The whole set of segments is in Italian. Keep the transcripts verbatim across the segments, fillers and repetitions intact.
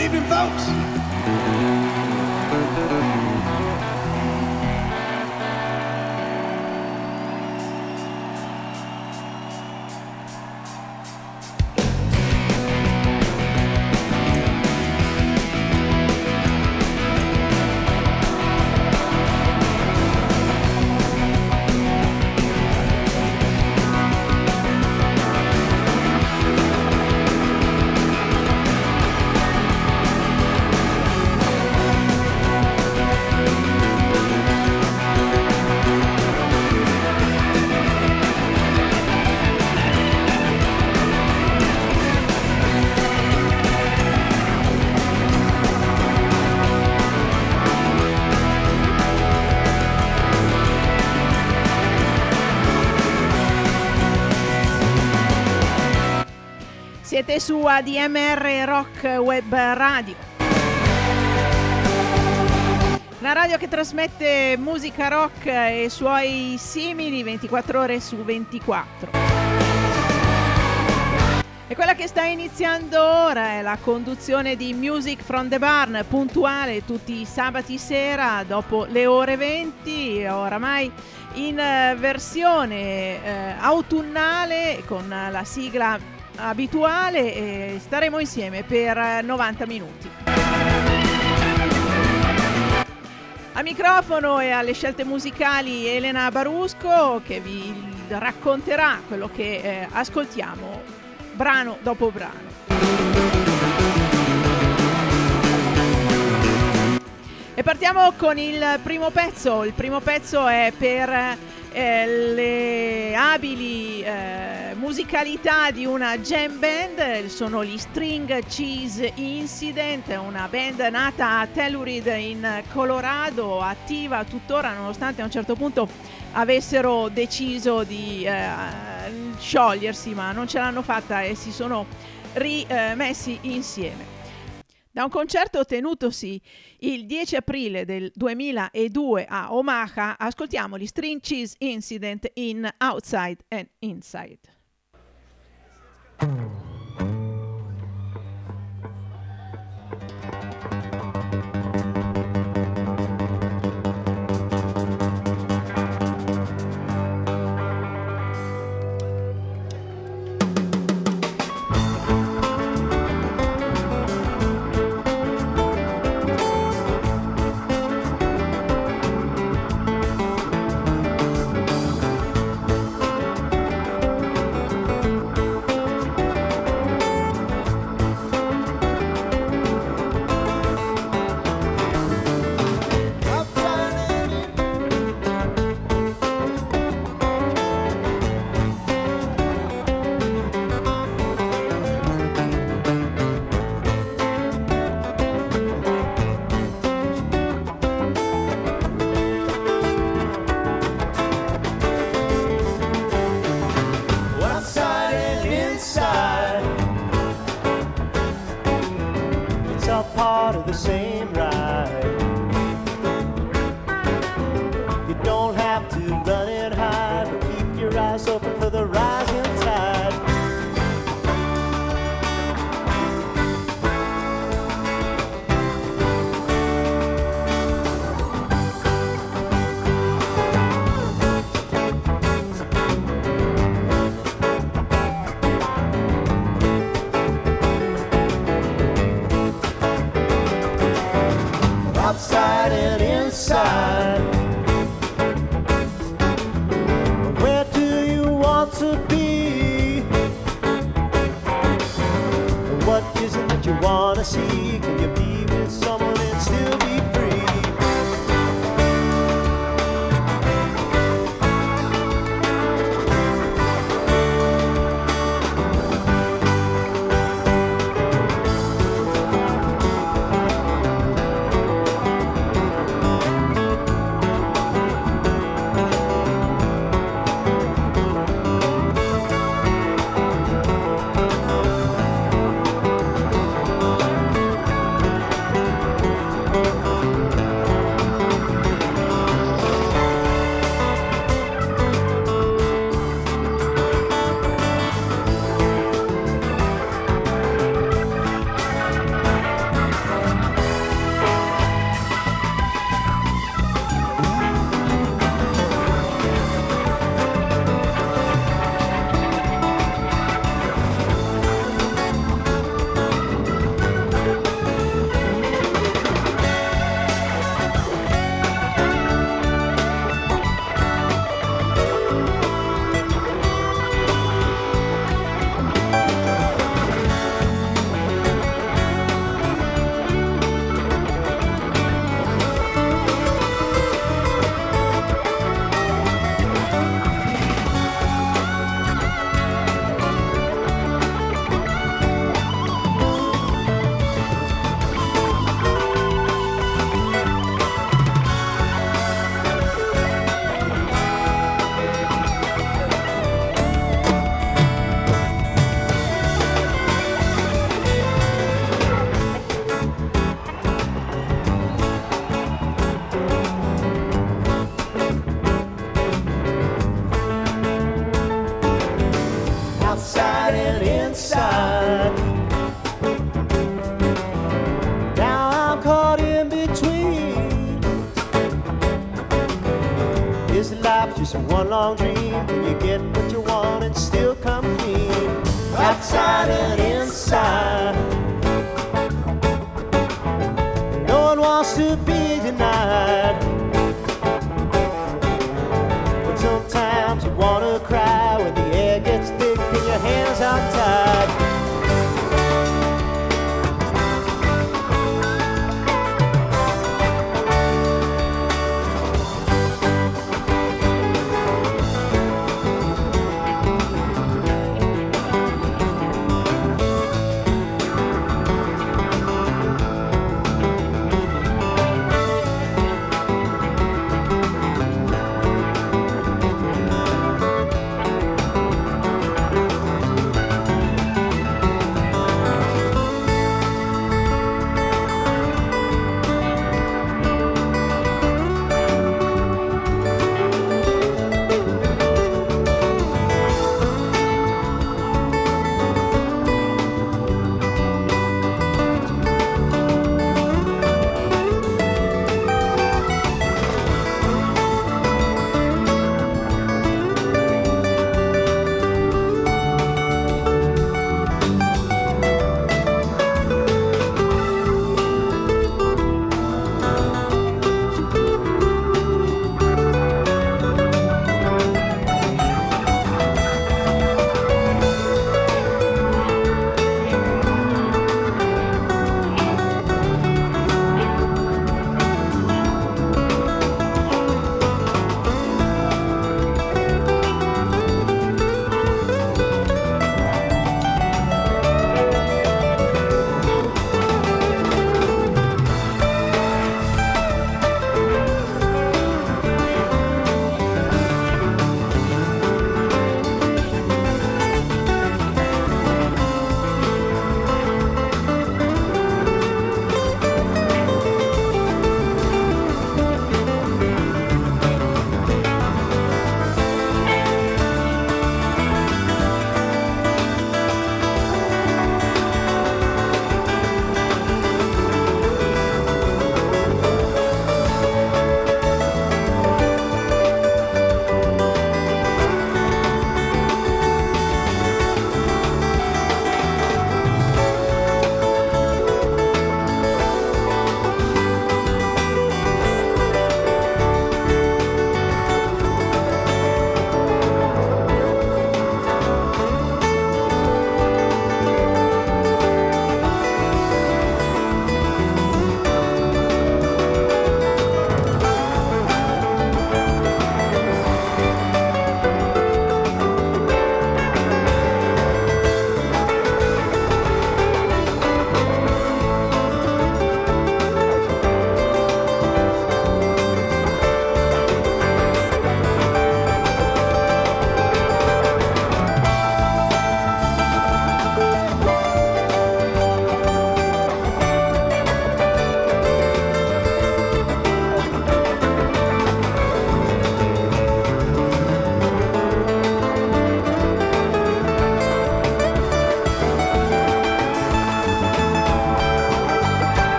Evening, folks. Siete su A D M R Rock Web Radio, una radio che trasmette musica rock e suoi simili ventiquattro ore su ventiquattro. E quella che sta iniziando ora è la conduzione di Music from the Barn, puntuale tutti i sabati sera dopo le ore venti, oramai in versione eh, autunnale con la sigla abituale, e staremo insieme per novanta minuti. Al microfono e alle scelte musicali Elena Barusco, che vi racconterà quello che eh, ascoltiamo brano dopo brano. E partiamo con il primo pezzo. Il primo pezzo è per eh, le abili eh, musicalità di una jam band. Sono gli String Cheese Incident, una band nata a Telluride in Colorado, attiva tuttora nonostante a un certo punto avessero deciso di eh, sciogliersi, ma non ce l'hanno fatta e si sono rimessi insieme. Da un concerto tenutosi il dieci aprile del duemiladue a Omaha, ascoltiamo gli String Cheese Incident in Outside and Inside. Outside and inside, where do you want to be? What is it that you want to see? Can you be with someone and still be free? one long dream. Can you get what you want and still come clean? Outside and inside, no one wants to be denied. But sometimes you wanna cry when the air gets thick and your hands are tied.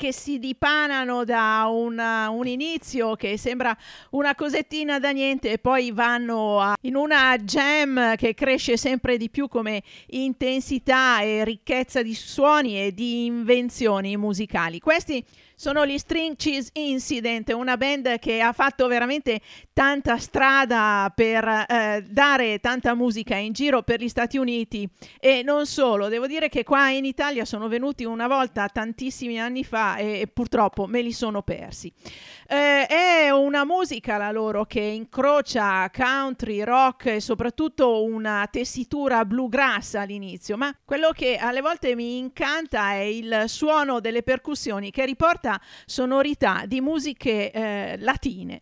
che si dipanano da una, un inizio che sembra una cosettina da niente e poi vanno a, in una jam che cresce sempre di più come intensità e ricchezza di suoni e di invenzioni musicali. Questi sono gli String Cheese Incident, una band che ha fatto veramente tanta strada per eh, dare tanta musica in giro per gli Stati Uniti e non solo. Devo dire che qua in Italia sono venuti una volta tantissimi anni fa e, e purtroppo me li sono persi. Eh, è una musica la loro che incrocia country, rock e soprattutto una tessitura bluegrass all'inizio, ma quello che alle volte mi incanta è il suono delle percussioni che riporta sonorità di musiche eh, latine,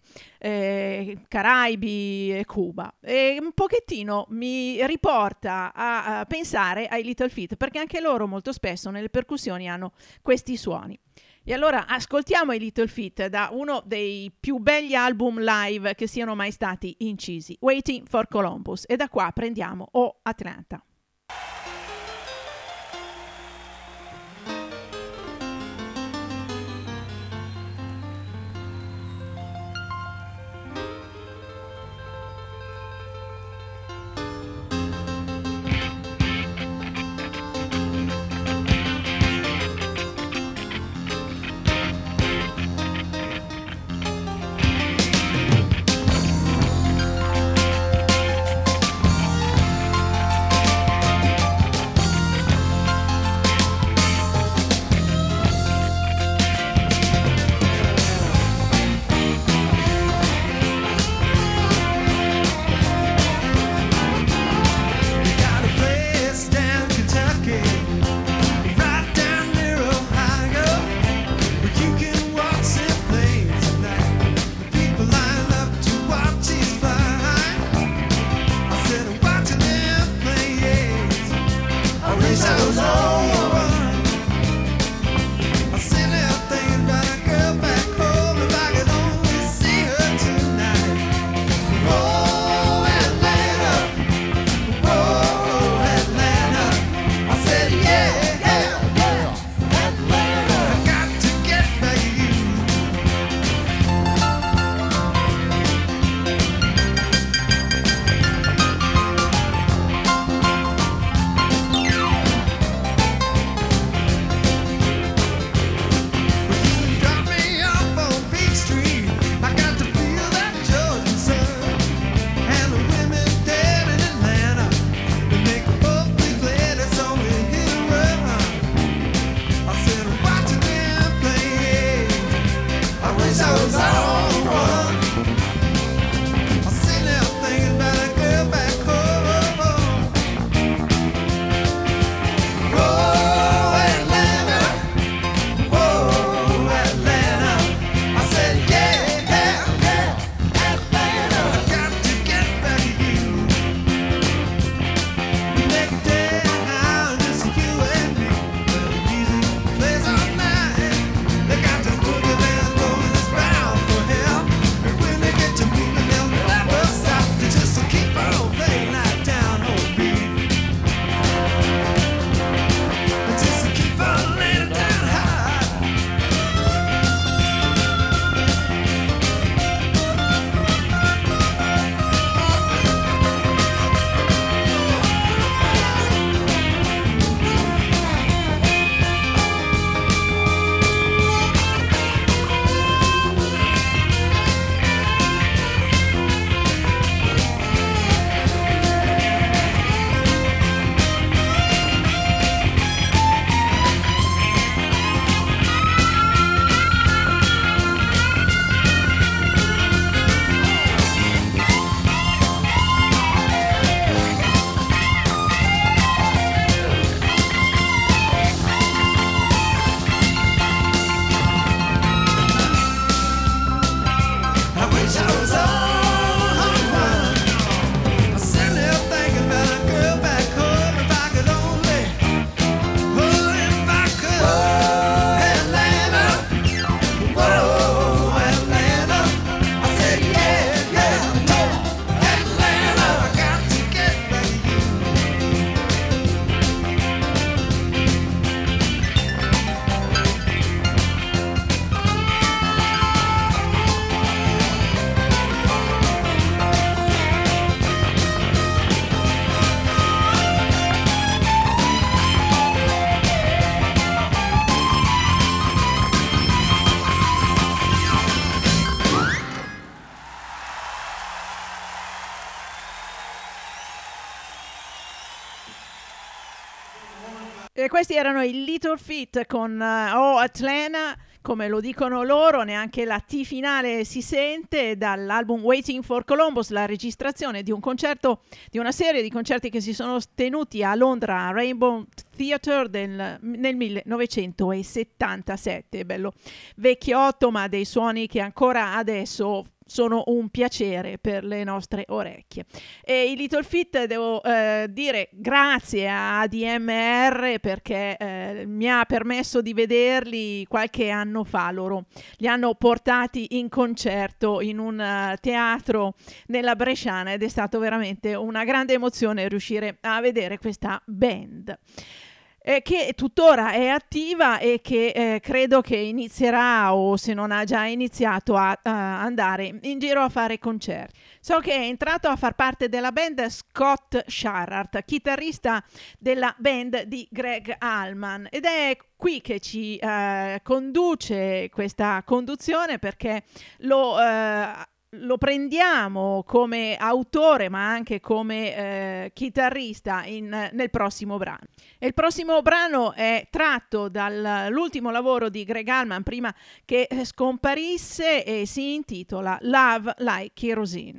eh, Caraibi e Cuba, e un pochettino mi riporta a, a pensare ai Little Feat, perché anche loro molto spesso nelle percussioni hanno questi suoni. E allora ascoltiamo i Little Feat da uno dei più belli album live che siano mai stati incisi, Waiting for Columbus, e da qua prendiamo Oh Atlanta. Place all night. They got to put it in, going this brown. E questi erano i Little Feat con uh, Oh Atlanta, come lo dicono loro, neanche la T finale si sente, dall'album Waiting for Columbus, la registrazione di un concerto, di una serie di concerti che si sono tenuti a Londra, a Rainbow Theatre del, nel millenovecentosettantasette. Bello vecchiotto, ma dei suoni che ancora adesso sono un piacere per le nostre orecchie. E i Little Feat, devo eh, dire grazie a A D M R, perché eh, mi ha permesso di vederli qualche anno fa. Loro li hanno portati in concerto in un uh, teatro nella Bresciana ed è stato veramente una grande emozione riuscire a vedere questa band. Eh, che tuttora è attiva e che eh, credo che inizierà, o se non ha già iniziato, a, a andare in giro a fare concerti. So che è entrato a far parte della band Scott Sharrart, chitarrista della band di Greg Allman, ed è qui che ci eh, conduce questa conduzione, perché lo eh, lo prendiamo come autore ma anche come eh, chitarrista in, nel prossimo brano. E il prossimo brano è tratto dall'ultimo lavoro di Greg Allman prima che scomparisse e si intitola Love Like Kerosene.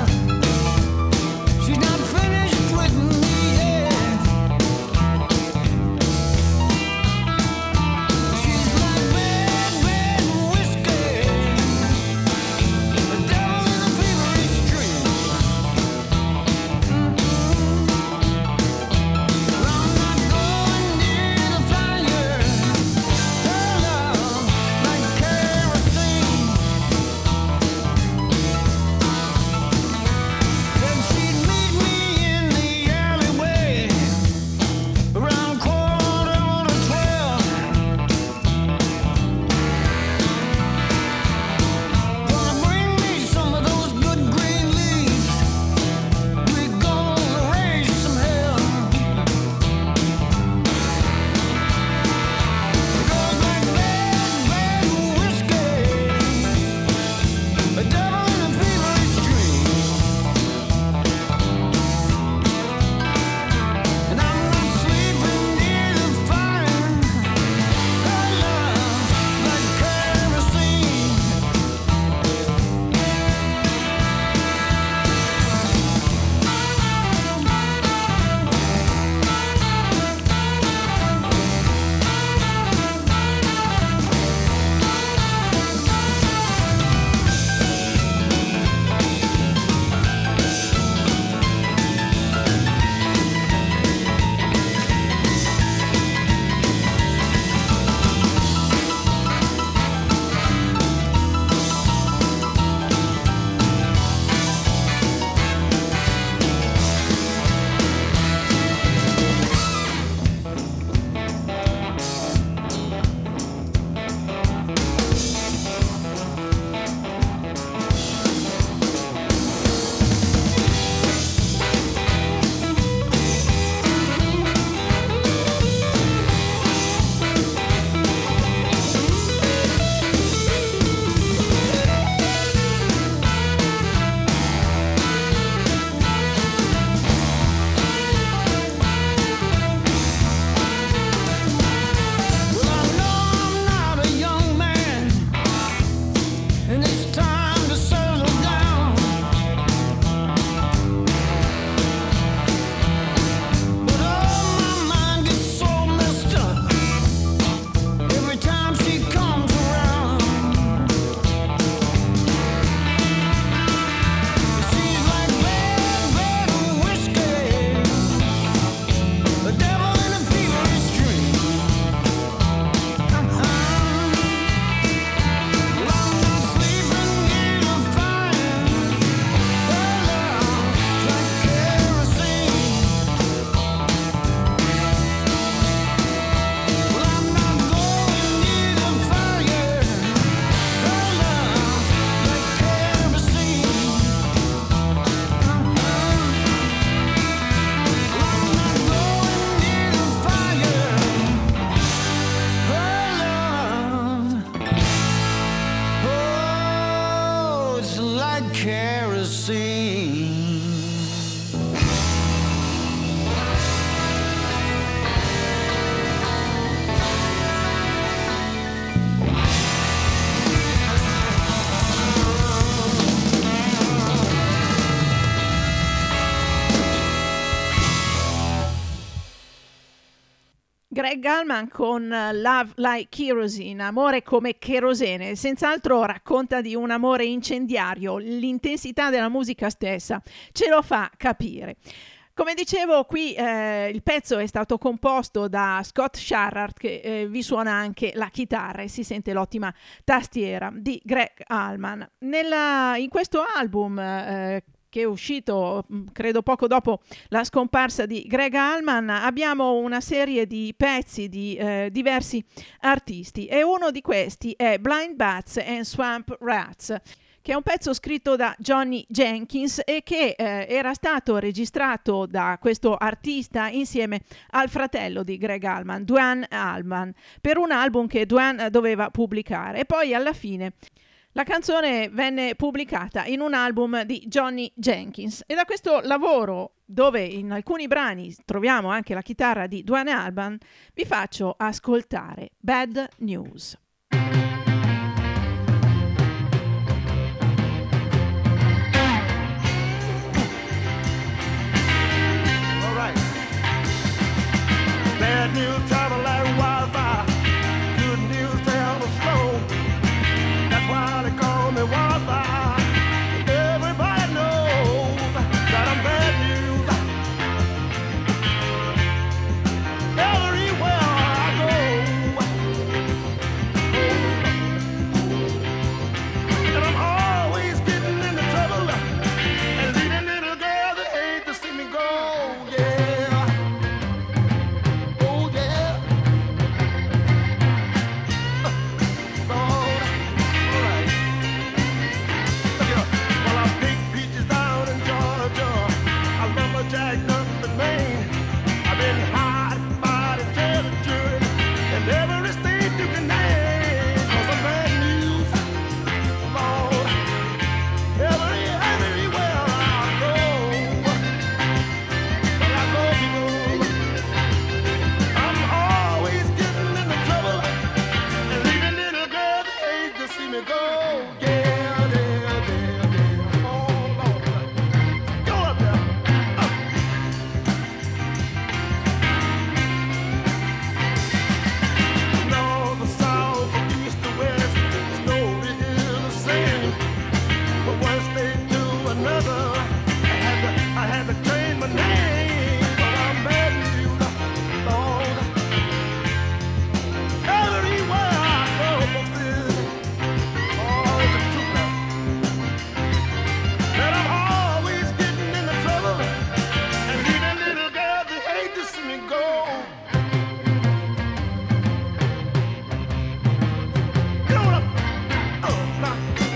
She's not finished with me yet. Greg Allman con Love Like Kerosene, amore come cherosene, senz'altro racconta di un amore incendiario, l'intensità della musica stessa ce lo fa capire. Come dicevo, qui eh, il pezzo è stato composto da Scott Sharrard, che eh, vi suona anche la chitarra e si sente l'ottima tastiera di Greg Allman. Nella, in questo album eh, che è uscito credo poco dopo la scomparsa di Greg Allman, abbiamo una serie di pezzi di eh, diversi artisti e uno di questi è Blind Bats and Swamp Rats, che è un pezzo scritto da Johnny Jenkins e che eh, era stato registrato da questo artista insieme al fratello di Greg Allman, Duane Allman, per un album che Duane doveva pubblicare, e poi alla fine la canzone venne pubblicata in un album di Johnny Jenkins. E da questo lavoro, dove in alcuni brani troviamo anche la chitarra di Duane Allman, vi faccio ascoltare Bad News. All right. Bad news travel like wildfire. Good news travel slow. That's why they call me wildfire. Everybody knows that I'm bad news. Everywhere I go. And I'm always getting into trouble and leading little girls that hate to see me go. Yeah. Oh yeah. Lord. All right. Look here. Well, I pick peaches down in Georgia. I lumberjacked up in Maine. I've been hot, body, territory, and every state you can name. 'Cause I'm bad news, Lord. Every, everywhere I go, where I go, people, I'm always getting into trouble and leaving little girls that hate to see me go. Yeah, yeah, yeah, yeah. Oh, Lord. Go up there. Up. North to south, from east to west, the story is the same. From one state to another, I had to, I had to change my name. But I'm bad news, Lord. Everywhere I go, folks, is all the truth now. That I'm always getting into trouble and leaving little girls that hate to see me go. Get on up. Oh, nah.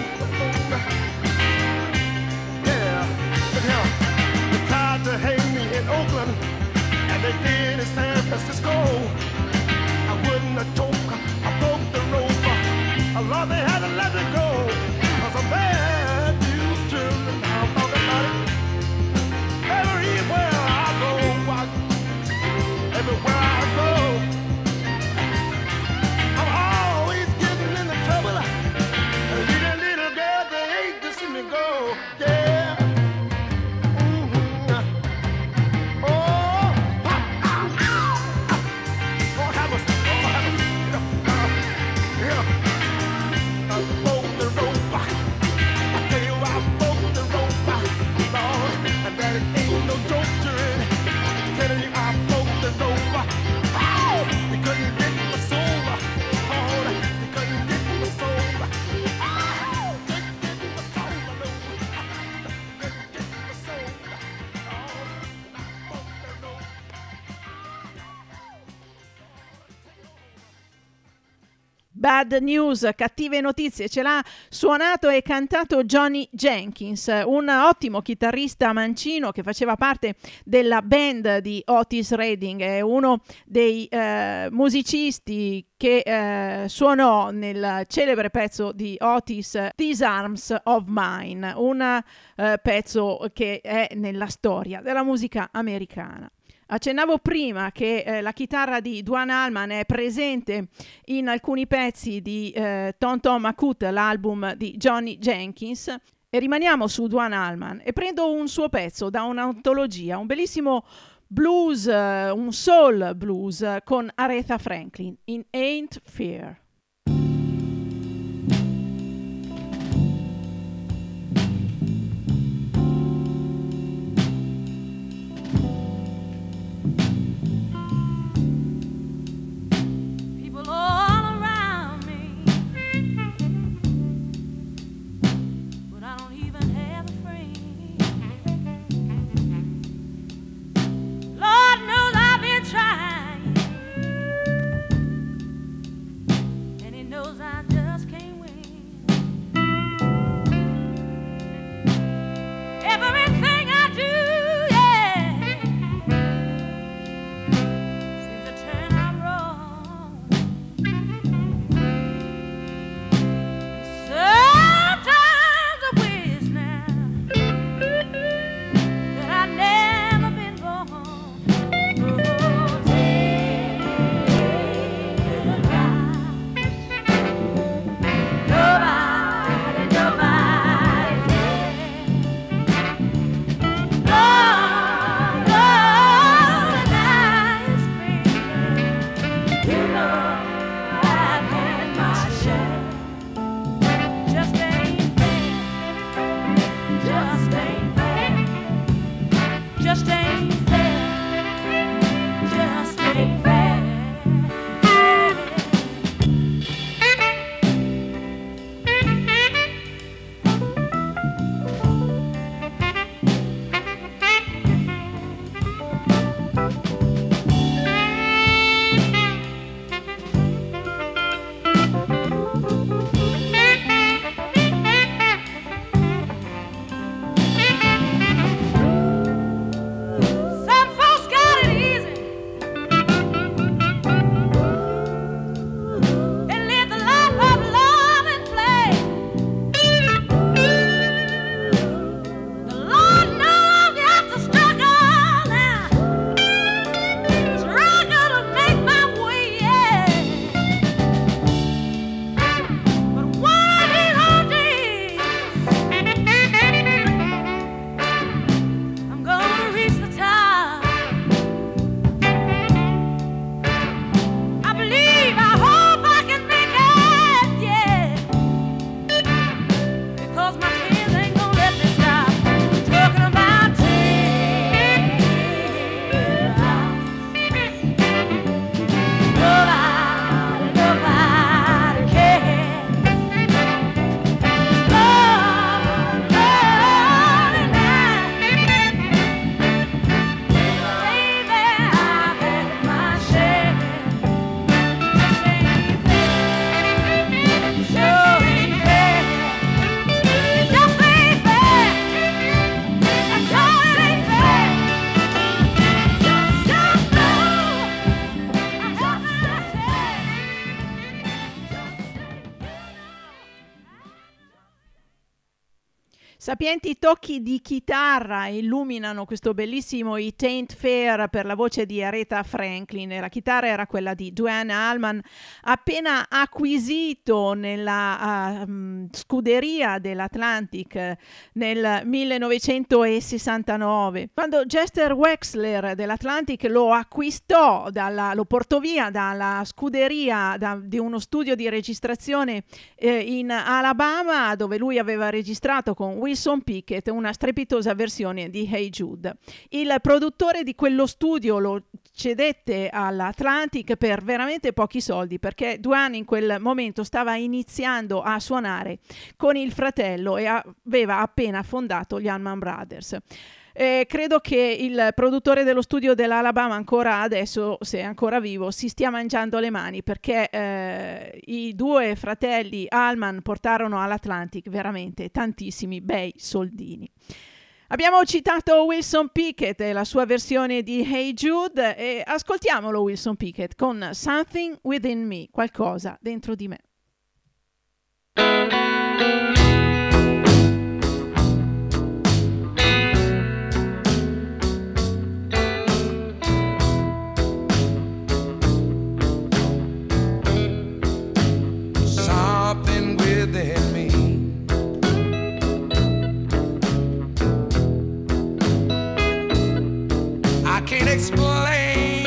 Yeah, look here. They tried to hang me in Oakland, and they did in San Francisco. I wouldn't have choked, I broke the rope. I love they had to let it go. 'Cause I'm bad news children, I'm talking about it. Everywhere I go, I, everywhere I go, I'm always getting into trouble and leading little girls that hate to see me go. Yeah. Mhm. Oh, ha, ah, ah, ah. Lord have mercy, Lord have mercy. Yeah, uh, yeah. I broke the rope. I tell you, I broke the rope, Lord, and that it ain't no joke to it. Telling you, I broke the rope. Oh, you couldn't get my soul. Oh, you couldn't get my soul. Oh, couldn't get my soul. No, couldn't get my soul. Oh, I broke the rope. Bad News, cattive notizie, ce l'ha suonato e cantato Johnny Jenkins, un ottimo chitarrista mancino che faceva parte della band di Otis Redding, è uno dei eh, musicisti che eh, suonò nel celebre pezzo di Otis, These Arms of Mine, un eh, pezzo che è nella storia della musica americana. Accennavo prima che eh, la chitarra di Duane Allman è presente in alcuni pezzi di eh, Tom Tom Macoute, l'album di Johnny Jenkins, e rimaniamo su Duane Allman e prendo un suo pezzo da un'antologia, un bellissimo blues, un soul blues con Aretha Franklin in Ain't Fair. Sapienti tocchi di chitarra illuminano questo bellissimo It Ain't Fair per la voce di Aretha Franklin, e la chitarra era quella di Duane Allman, appena acquisito nella uh, scuderia dell'Atlantic nel millenovecentosessantanove. Quando Chester Wexler dell'Atlantic lo acquistò, dalla, lo portò via dalla scuderia da, di uno studio di registrazione eh, in Alabama, dove lui aveva registrato con Wilson Pickett una strepitosa versione di Hey Jude. Il produttore di quello studio lo cedette all'Atlantic per veramente pochi soldi, perché Duane in quel momento stava iniziando a suonare con il fratello e aveva appena fondato gli Allman Brothers. Eh, credo che il produttore dello studio dell'Alabama ancora adesso, se è ancora vivo, si stia mangiando le mani, perché eh, i due fratelli Allman portarono all'Atlantic veramente tantissimi bei soldini. Abbiamo citato Wilson Pickett e la sua versione di Hey Jude, e ascoltiamolo Wilson Pickett con Something Within Me, qualcosa dentro di me. Within me, I can't explain.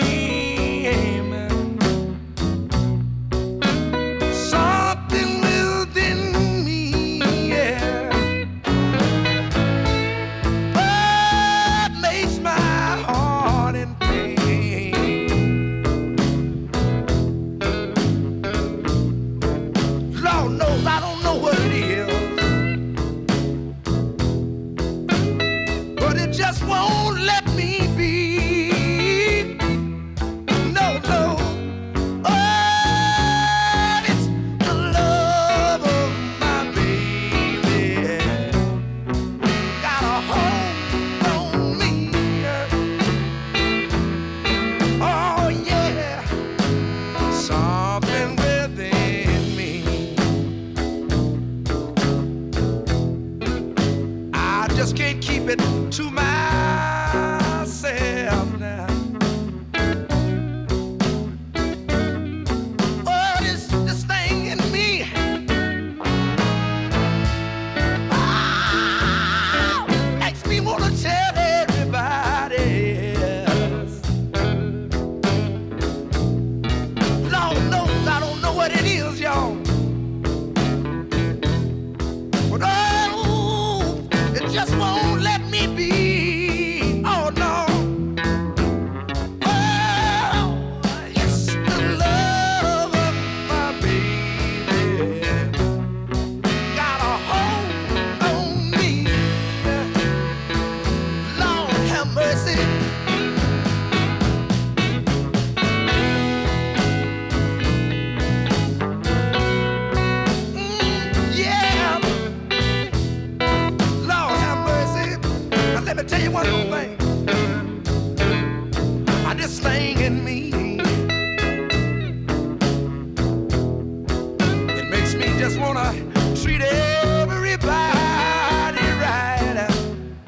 Something within me, yeah. What makes my heart in pain? Lord knows I don't know what it is, but it just won't let me be. No, no. Oh, it's the love of my baby. Got a hold on me. Oh, yeah. Something within me. I just can't keep it to myself now. Oh, this, this thing in me, ah, makes me wanna tell everybody else. Lord knows I don't know what it is, y'all. But oh, it just won't let me be. Oh no. Oh, it's the love of my baby. Got a hold on me. Lord have mercy. Mm, yeah. Lord have mercy. Now let me tell you one more thing. Ah, this thing in me, it makes me just wanna treat everybody right.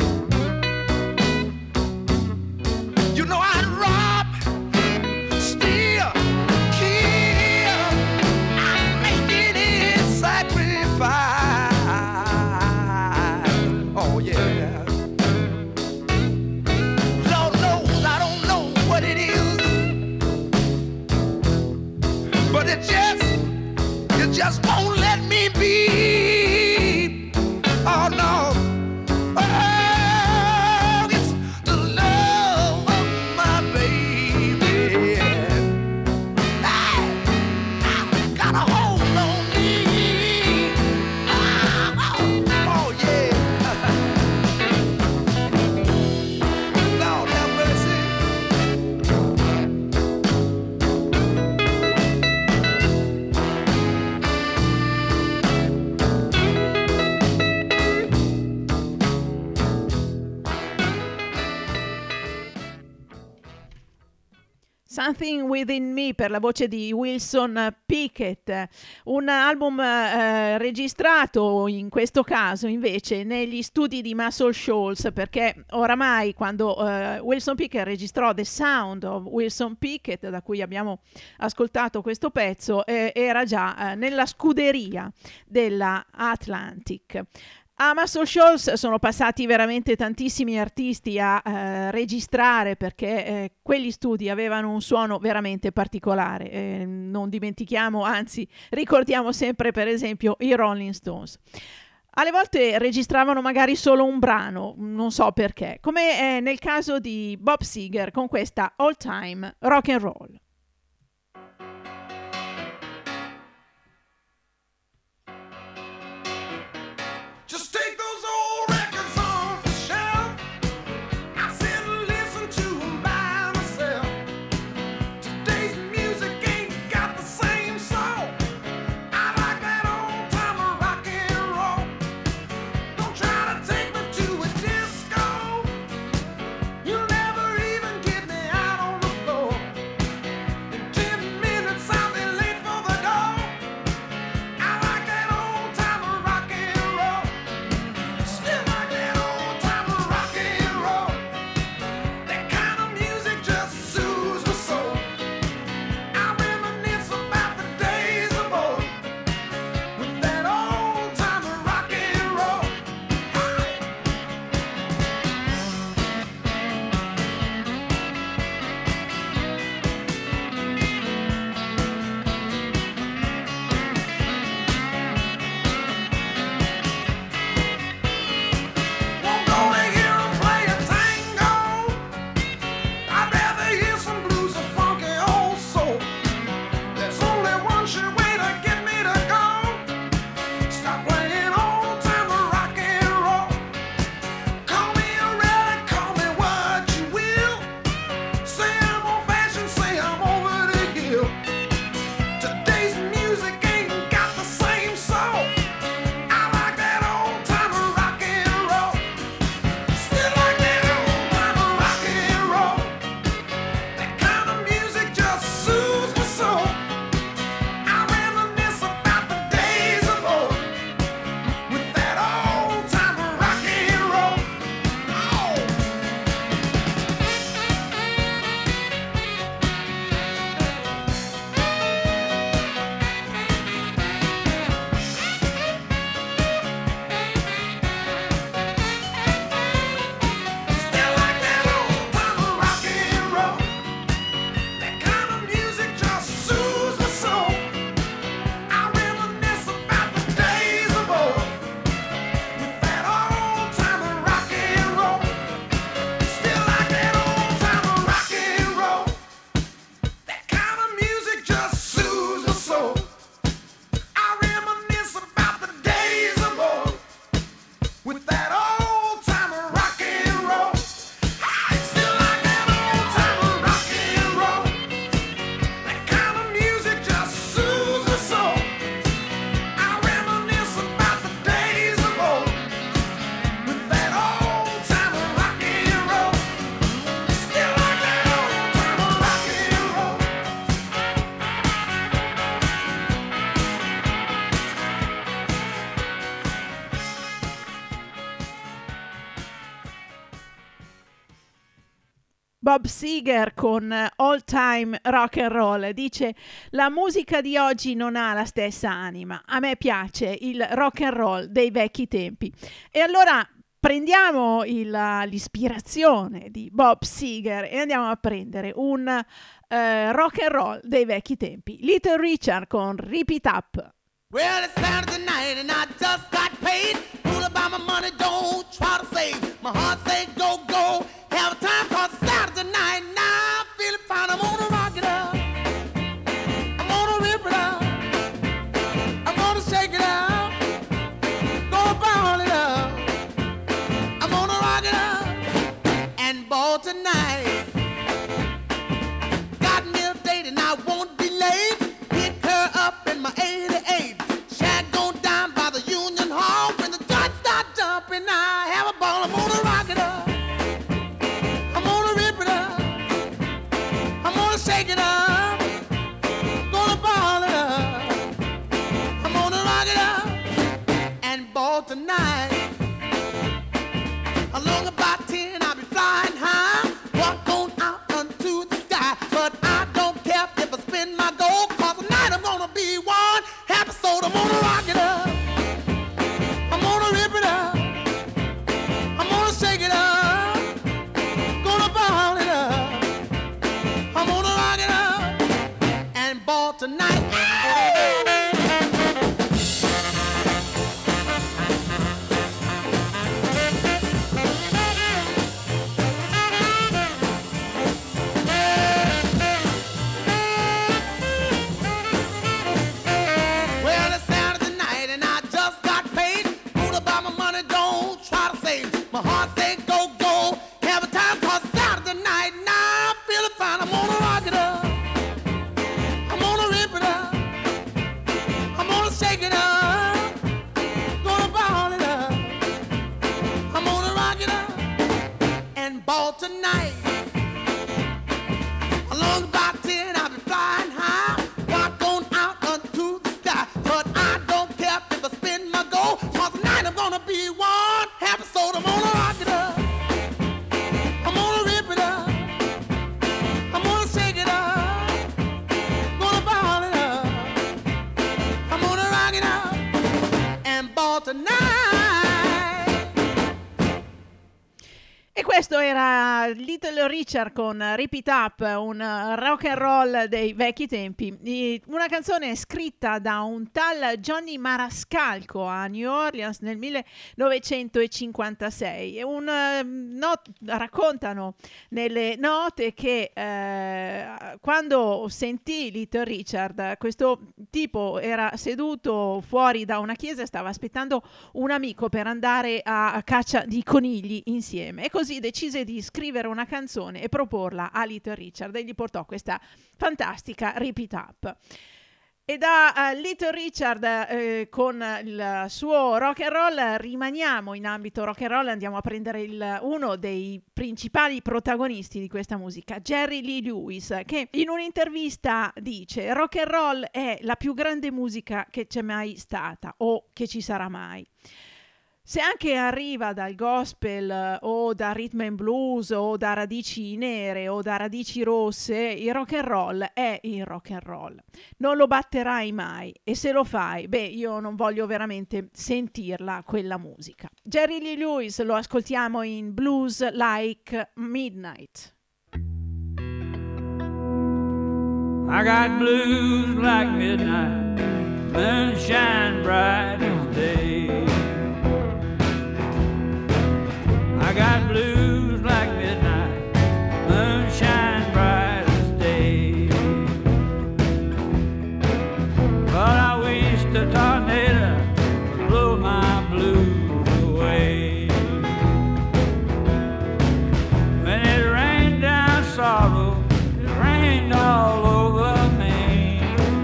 You know I'd rob, steal, kill, I'd make any sacrifice. Oh yeah. Lord knows I don't know what it is, but it just, it just won't let me be. Oh no. Oh, it's the love of my baby. Ah, ah, got a hold on me. Ah, oh, oh yeah. Lord have mercy. Something Within Me per la voce di Wilson Pickett, un album eh, registrato in questo caso invece negli studi di Muscle Shoals, perché oramai quando eh, Wilson Pickett registrò The Sound of Wilson Pickett, da cui abbiamo ascoltato questo pezzo, eh, era già eh, nella scuderia della Atlantic. A Muscle Shoals sono passati veramente tantissimi artisti a eh, registrare, perché eh, quegli studi avevano un suono veramente particolare. Eh, non dimentichiamo, anzi ricordiamo sempre per esempio i Rolling Stones. Alle volte registravano magari solo un brano, non so perché, come eh, nel caso di Bob Seger con questa All Time Rock and Roll. Just take those old records off the shelf. I sit and listen to 'em by myself. Today's music ain't got the same soul. I like that old time rock and roll. Don't try to take me to a disco. You'll never even get me out on the floor. Bob Seger con All Time Rock and Roll. Dice: la musica di oggi non ha la stessa anima, a me piace il rock and roll dei vecchi tempi. E allora prendiamo il, l'ispirazione di Bob Seger e andiamo a prendere un uh, rock and roll dei vecchi tempi. Little Richard con Rip It Up. Well, it's Saturday night and I just got paid. Fool about my money, don't try to save. My heart say go, go. Have a time cause it's Saturday night. Now I feel it fine. I'm gonna rock it up. I'm gonna rip it up. I'm gonna shake it up. Go ball it up. I'm gonna rock it up and ball tonight. Got me a date and I won't be late. Pick her up in my eighty-eight. Shag go down by the Union Hall. When the judge start jumping, I have a ball. I'm gonna rock it up. I'm gonna rip it up. I'm gonna shake it up. Gonna ball it up. I'm gonna rock it up and ball tonight. Along about ten, I'll be flying high. Walk on out unto the sky. But I don't care if I spin my gold. Cause tonight I'm gonna be one happy soul. I'm gonna rock it up. I'm gonna rip it up. I'm gonna shake it up. Gonna ball it up. I'm gonna rock it up and ball tonight. Well, it's Saturday night and I just got paid. Fool about my money, don't try to save. My heart say go, go. Have a time cause it's Saturday night. Now I feel it fine. I'm gonna rock it up. I'm gonna rip it up. I'm gonna shake it up. Gonna ball it up. I'm gonna rock it up and ball tonight. Along about ten, I'll be flying high. Walk on out unto the sky. But I don't care if I spin my gold. Cause tonight I'm gonna be one happy soul. I'm gonna rock it up. I'm gonna rip it up. I'm gonna shake it up. Gonna ball it up. I'm gonna rock it up and ball tonight. E questo era Little Richard con Rip It Up, un rock and roll dei vecchi tempi. I- Una canzone scritta da un tal Johnny Marascalco a New Orleans nel millenovecentocinquantasei. E un, eh, not- raccontano nelle note che eh, quando sentì Little Richard, questo tipo era seduto fuori da una chiesa e stava aspettando un amico per andare a, a caccia di conigli insieme. E così decise di scrivere una canzone e proporla a Little Richard e gli portò questa fantastica Rip It Up. E da uh, Little Richard eh, con il suo rock and roll rimaniamo in ambito rock and roll, andiamo a prendere il, uno dei principali protagonisti di questa musica, Jerry Lee Lewis, che in un'intervista dice: rock and roll è la più grande musica che c'è mai stata o che ci sarà mai. Se anche arriva dal gospel eh, o da rhythm and blues o da radici nere o da radici rosse, il rock and roll è il rock and roll. Non lo batterai mai e se lo fai, beh, io non voglio veramente sentirla quella musica. Jerry Lee Lewis lo ascoltiamo in Blues Like Midnight. I got blues like midnight, moonshine bright as day. I got blues like midnight, moonshine bright as day. But I wish the tornado would blow my blues away. When it rained down sorrow, it rained all over me.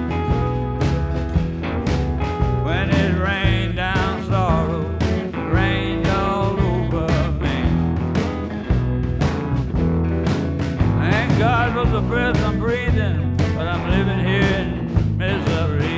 When it rained down sorrow, it rained all over me. Thank God for the breath I'm breathing, but I'm living here in misery.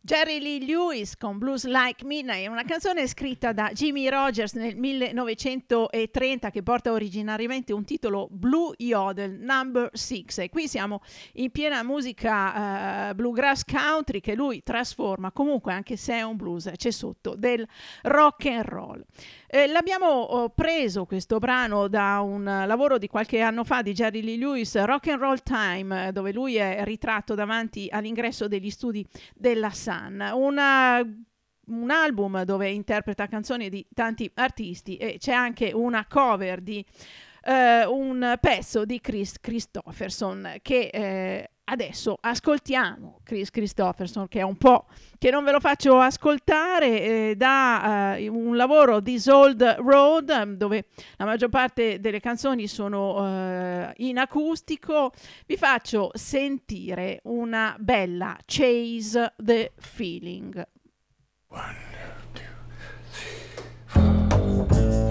Jerry Lee Lewis con Blues Like Midnight, è una canzone scritta da Jimmy Rogers nel millenovecentotrenta che porta originariamente un titolo Blue Yodel Number sei, e qui siamo in piena musica uh, bluegrass country che lui trasforma, comunque anche se è un blues c'è sotto del rock and roll. Eh, l'abbiamo oh, preso questo brano da un uh, lavoro di qualche anno fa di Jerry Lee Lewis, Rock and Roll Time, dove lui è ritratto davanti all'ingresso degli studi della Sun. Una, un album dove interpreta canzoni di tanti artisti e c'è anche una cover di uh, un pezzo di Kris Kristofferson che eh, adesso ascoltiamo. Kris Kristofferson, che è un po' che non ve lo faccio ascoltare, eh, da uh, un lavoro di Old Road, dove la maggior parte delle canzoni sono uh, in acustico. Vi faccio sentire una bella Chase the Feeling. One, two, three, four.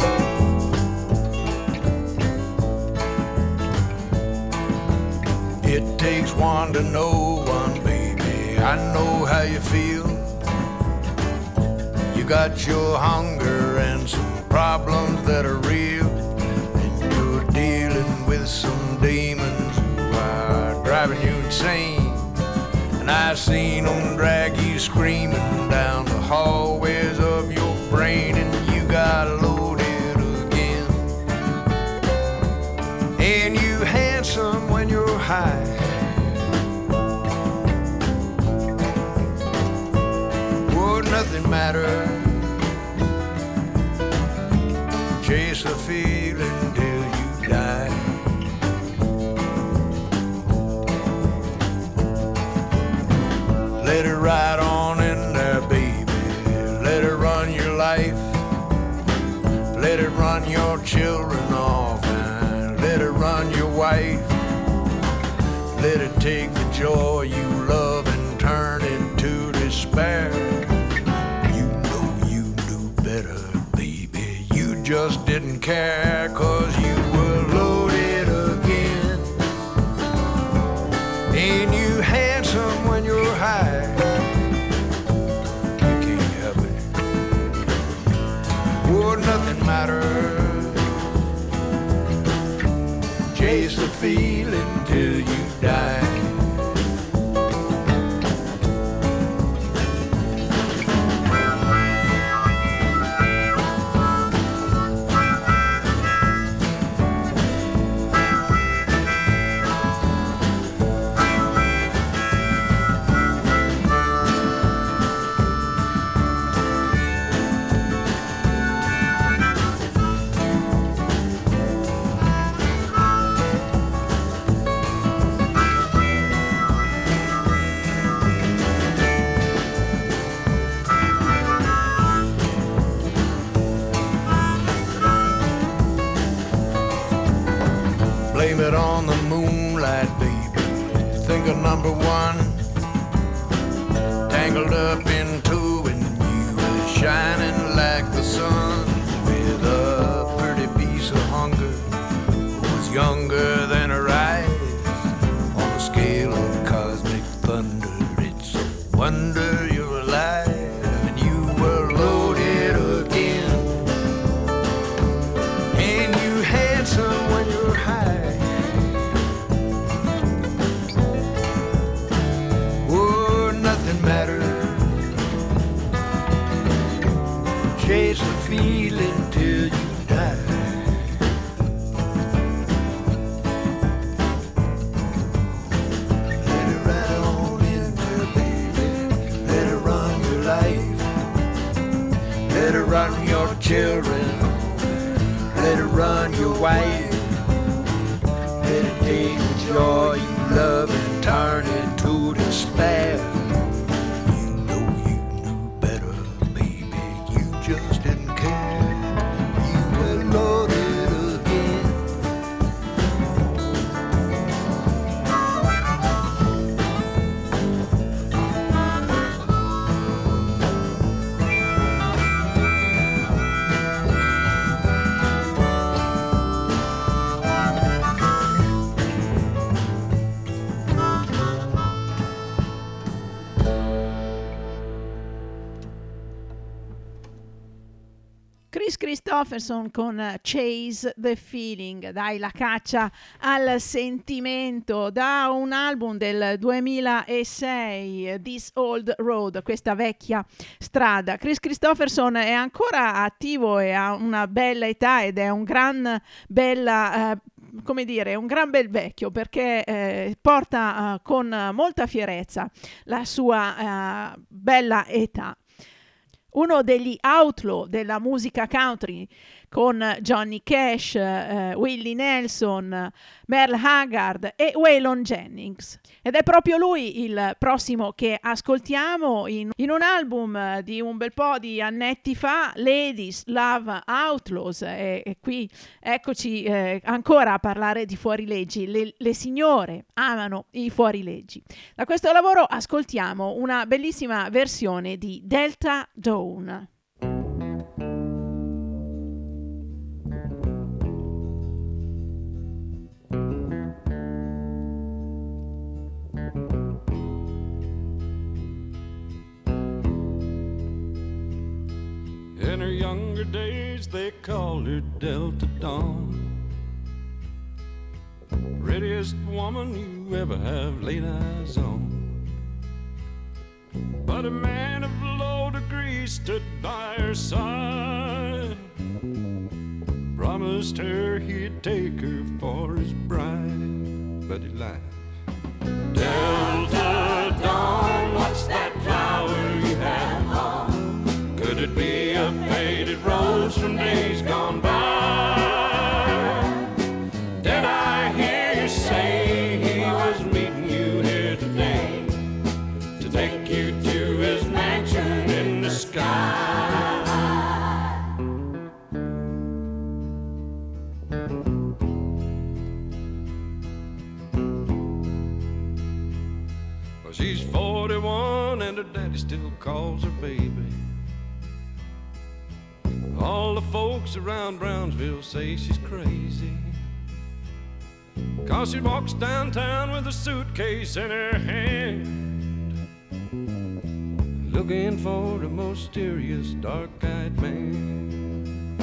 It takes one to know one, baby. I know how you feel. You got your hunger and some problems that are real, and you're dealing with some demons who are driving you insane. And I seen them drag you screaming down the hallways of your brain, and you got loaded again. And you handsome when you're high, would nothing matter. Chase the feeling till you die. Let it ride on in there, baby. Let it run your life. Let it run your children off, and let it run your wife. Let it take the joy you love and turn it to despair. You know you knew better, baby. You just didn't care, 'cause you were loaded again. Ain't you handsome when you're high? You can't help it. Would nothing matter? Chase the feeling till you die. Blame it on the moonlight, baby. Think of number one, tangled up in two, and you were shining like the sun, with a pretty piece of hunger who was younger than a rise on a scale of cosmic thunder. It's a wonder you're alive, and you were loaded again. And you handsome when you're high. Chase the feeling till you die. Let it ride on in there, baby. Let it run your life. Let it run your children. Let it run your wife. Let it take the joy you love and turn it to despair. Just didn't care. You were loaded again. Kris Kristofferson con Chase the Feeling, dai la caccia al sentimento, da un album del duemilasei, This Old Road, questa vecchia strada. Kris Kristofferson è ancora attivo e ha una bella età ed è un gran bella... Eh, come dire, un gran bel vecchio, perché eh, porta uh, con molta fierezza la sua uh, bella età. Uno degli outlaw della musica country, con Johnny Cash, eh, Willie Nelson, Merle Haggard e Waylon Jennings. Ed è proprio lui il prossimo che ascoltiamo in, in un album di un bel po' di annetti fa, Ladies Love Outlaws. E, e qui eccoci eh, ancora a parlare di fuorileggi. Le, le signore amano i fuorileggi. Da questo lavoro ascoltiamo una bellissima versione di Delta Dawn. In her younger days, they called her Delta Dawn. Prettiest woman you ever have laid eyes on. But a man of low degree stood by her side, promised her he'd take her for his bride, but he lied. Delta Dawn, what's that flower you have on? Could it be a faded rose from days gone by? Did I hear you say he was meeting you here today to take you to his mansion in the sky? Well, she's forty-one and her daddy still calls her baby. All the folks around Brownsville say she's crazy, 'cause she walks downtown with a suitcase in her hand, looking for a mysterious dark-eyed man.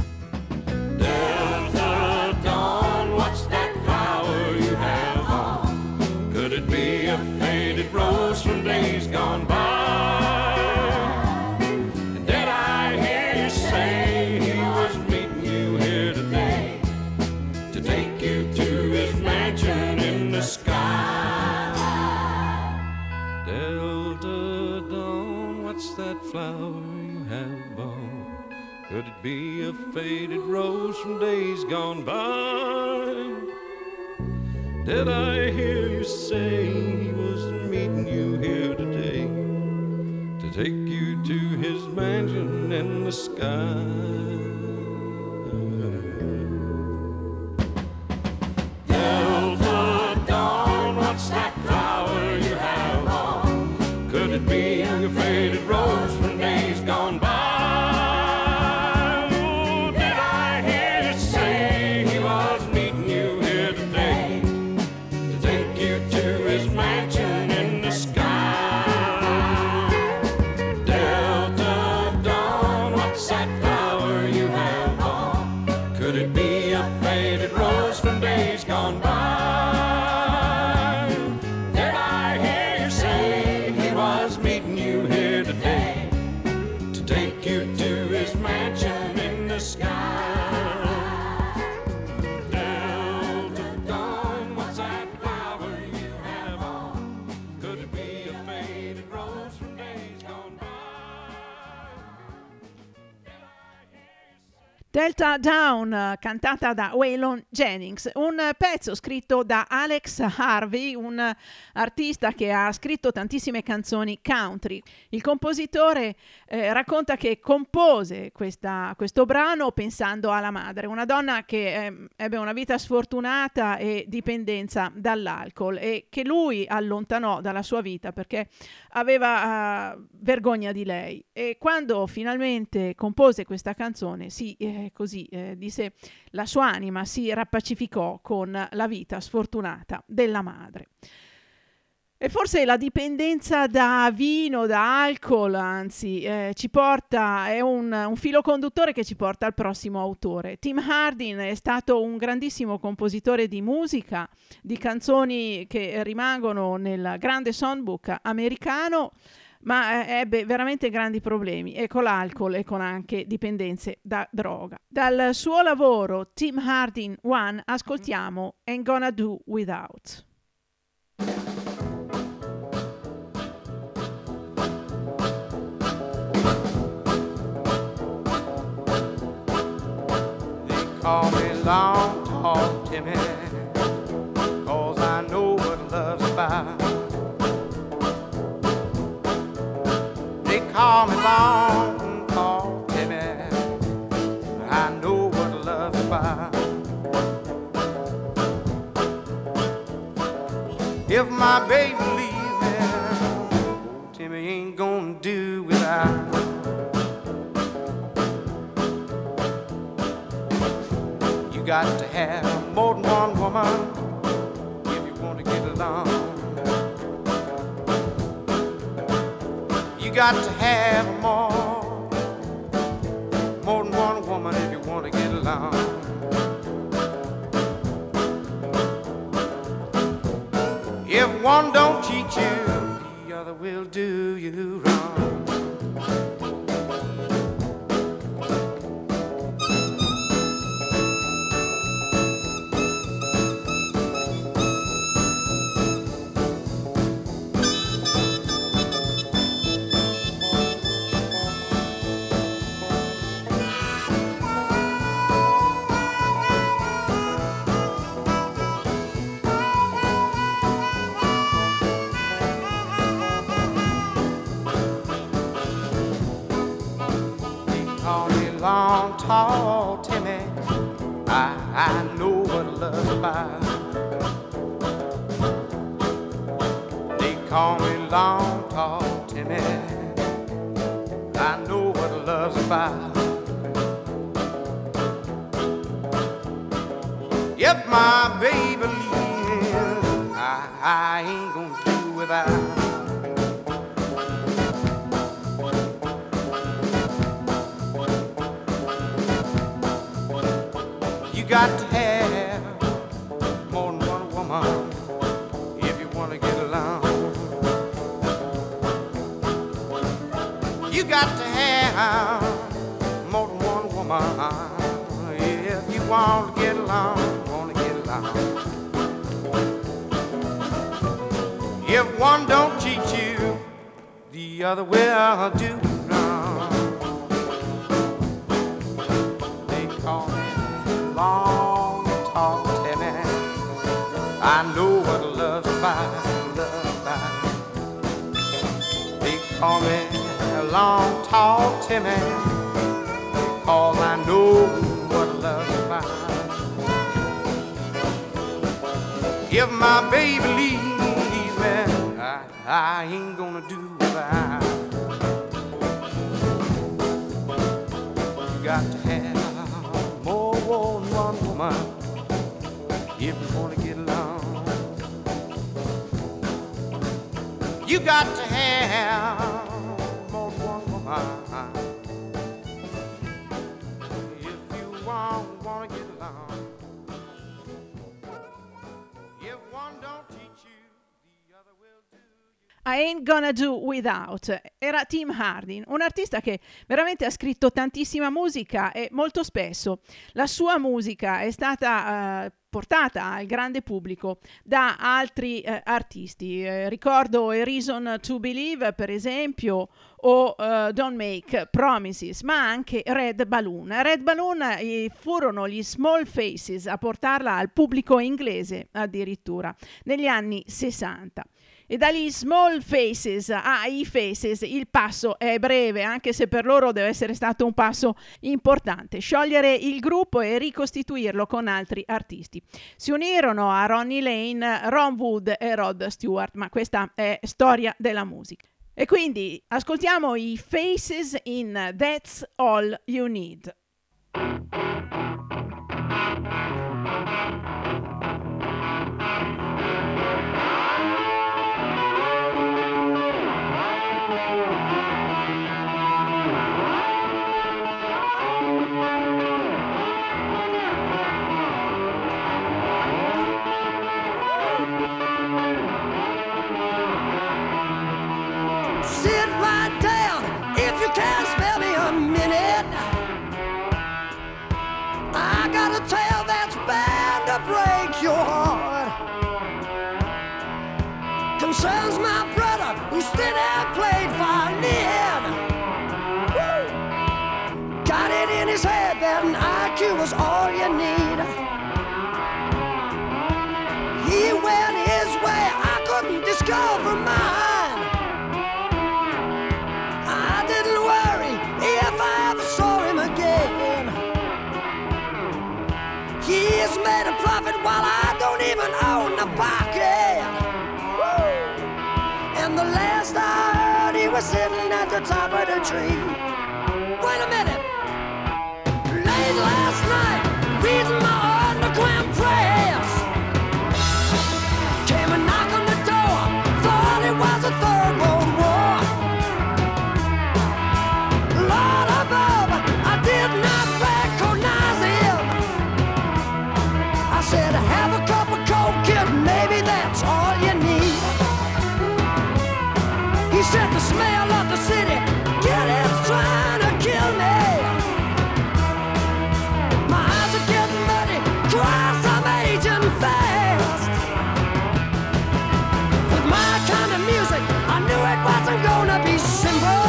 Delta Dawn, what's that flower you have on? Could it be a faded rose from days gone by? That flower you have on, could it be a faded rose from days gone by? Did I hear you say he was meeting you here today to take you to his mansion in the sky? Delta Dawn, what's that flower you have on? Could it be a faded rose from days gone by? Oh, did I hear you say he was meeting you here today to take you to his mansion in the sky? Delta Dawn, what's that flower you have on? Could it be a faded rose from days gone by? Delta Dawn, cantata da Waylon Jennings, un pezzo scritto da Alex Harvey, un artista che ha scritto tantissime canzoni country. Il compositore eh, racconta che compose questa, questo brano pensando alla madre, una donna che eh, ebbe una vita sfortunata e dipendenza dall'alcol e che lui allontanò dalla sua vita perché aveva uh, vergogna di lei. E quando finalmente compose questa canzone, si eh, così eh, disse, la sua anima si rappacificò con la vita sfortunata della madre. E forse la dipendenza da vino, da alcol, anzi, eh, ci porta, è un, un filo conduttore che ci porta al prossimo autore. Tim Hardin è stato un grandissimo compositore di musica, di canzoni che rimangono nel grande songbook americano, ma eh, ebbe veramente grandi problemi e con l'alcol e con anche dipendenze da droga. Dal suo lavoro Tim Hardin One ascoltiamo Ain't Gonna Do Without. Call me long tall Timmy, 'cause I know what love's about. They call me long tall Timmy, I know what love's about. If my baby leaves me, Timmy ain't gonna do without. You got to have more than one woman if you want to get along. You got to have more, more than one woman if you want to get along. If one don't cheat you, the other will do you wrong. Long, tall Timmy, I, I know what love's about. They call me long, tall Timmy, I know what love's about. If my baby leaves, I, I ain't gonna do without. You got to have more than one woman if you want to get along. You got to have more than one woman if you want to get along, want to get along. If one don't cheat you, the other will do wrong. They call me long, tall Timmy, I know what love's about, love's about. They call me long, tall Timmy, because I know what love's about. If my baby leaves me, I, I ain't gonna do without. You got to have more than one woman if you want to get along. You got to have more than one woman if you want, want to get along. If one don't teach you, the other will do. I Ain't Gonna Do Without era Tim Hardin, un artista che veramente ha scritto tantissima musica e molto spesso la sua musica è stata uh, portata al grande pubblico da altri uh, artisti. Eh, ricordo A Reason to Believe, per esempio, o uh, Don't Make Promises, ma anche Red Balloon. Red Balloon eh, furono gli Small Faces a portarla al pubblico inglese addirittura negli anni sessanta. E dagli Small Faces ai Faces il passo è breve, anche se per loro deve essere stato un passo importante, sciogliere il gruppo e ricostituirlo con altri artisti. Si unirono a Ronnie Lane, Ron Wood e Rod Stewart, ma questa è storia della musica. E quindi ascoltiamo i Faces in That's All You Need. Sit right down if you can spare me a minute. I got a tale that's bound to break your heart. Concerns my brother who still had played violin. Woo! Got it in his head that an I Q was all you need. He went his way, I couldn't discover mine. I didn't worry if I ever saw him again. He has made a profit while I don't even own the pocket. And the last I heard, he was sitting at the top of the tree. Wait a minute. Late last night, reading my underground prayers, came a knock on the door, thought it was a third world war. Lord above, I did not recognize him. I said, have a cup of coke, kid, maybe that's all you need. He said, the smell of the city, kid, it's trying to kill me. My eyes are getting muddy, Christ, I'm aging fast. With my kind of music, I knew it wasn't gonna be simple.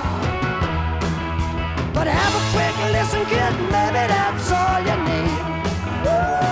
But have a quick listen, kid, maybe that's all you need. Woo!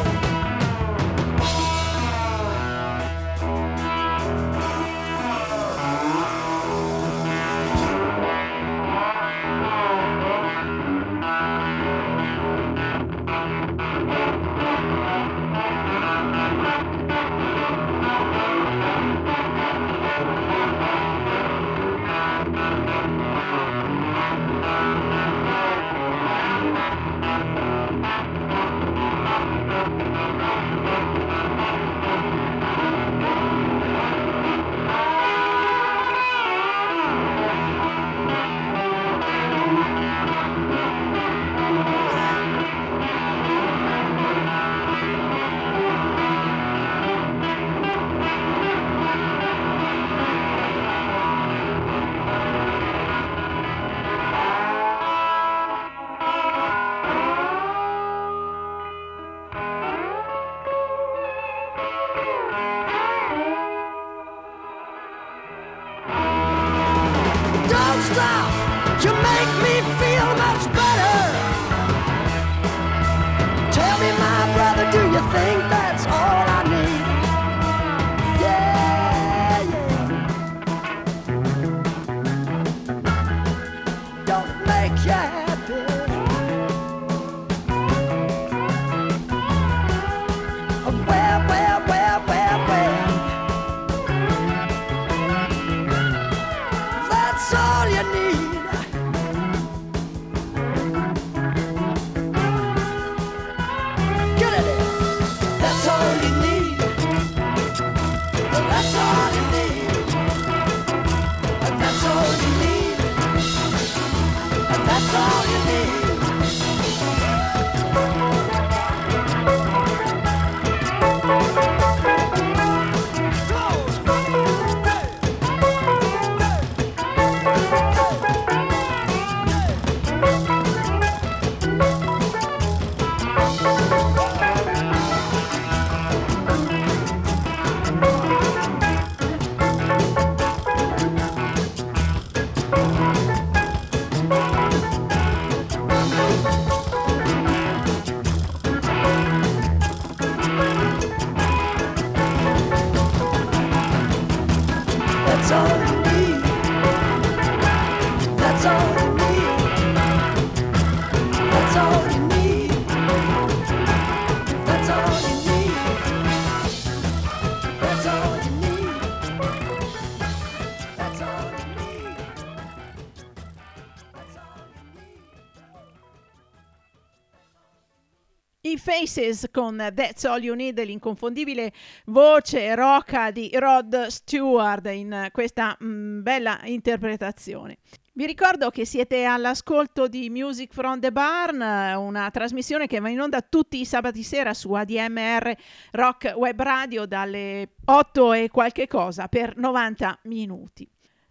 I Faces con That's All You Need, l'inconfondibile voce rocca di Rod Stewart in questa mh, bella interpretazione. Vi ricordo che siete all'ascolto di Music from the Barn, una trasmissione che va in onda tutti i sabati sera su A D M R Rock Web Radio dalle otto e qualche cosa per novanta minuti.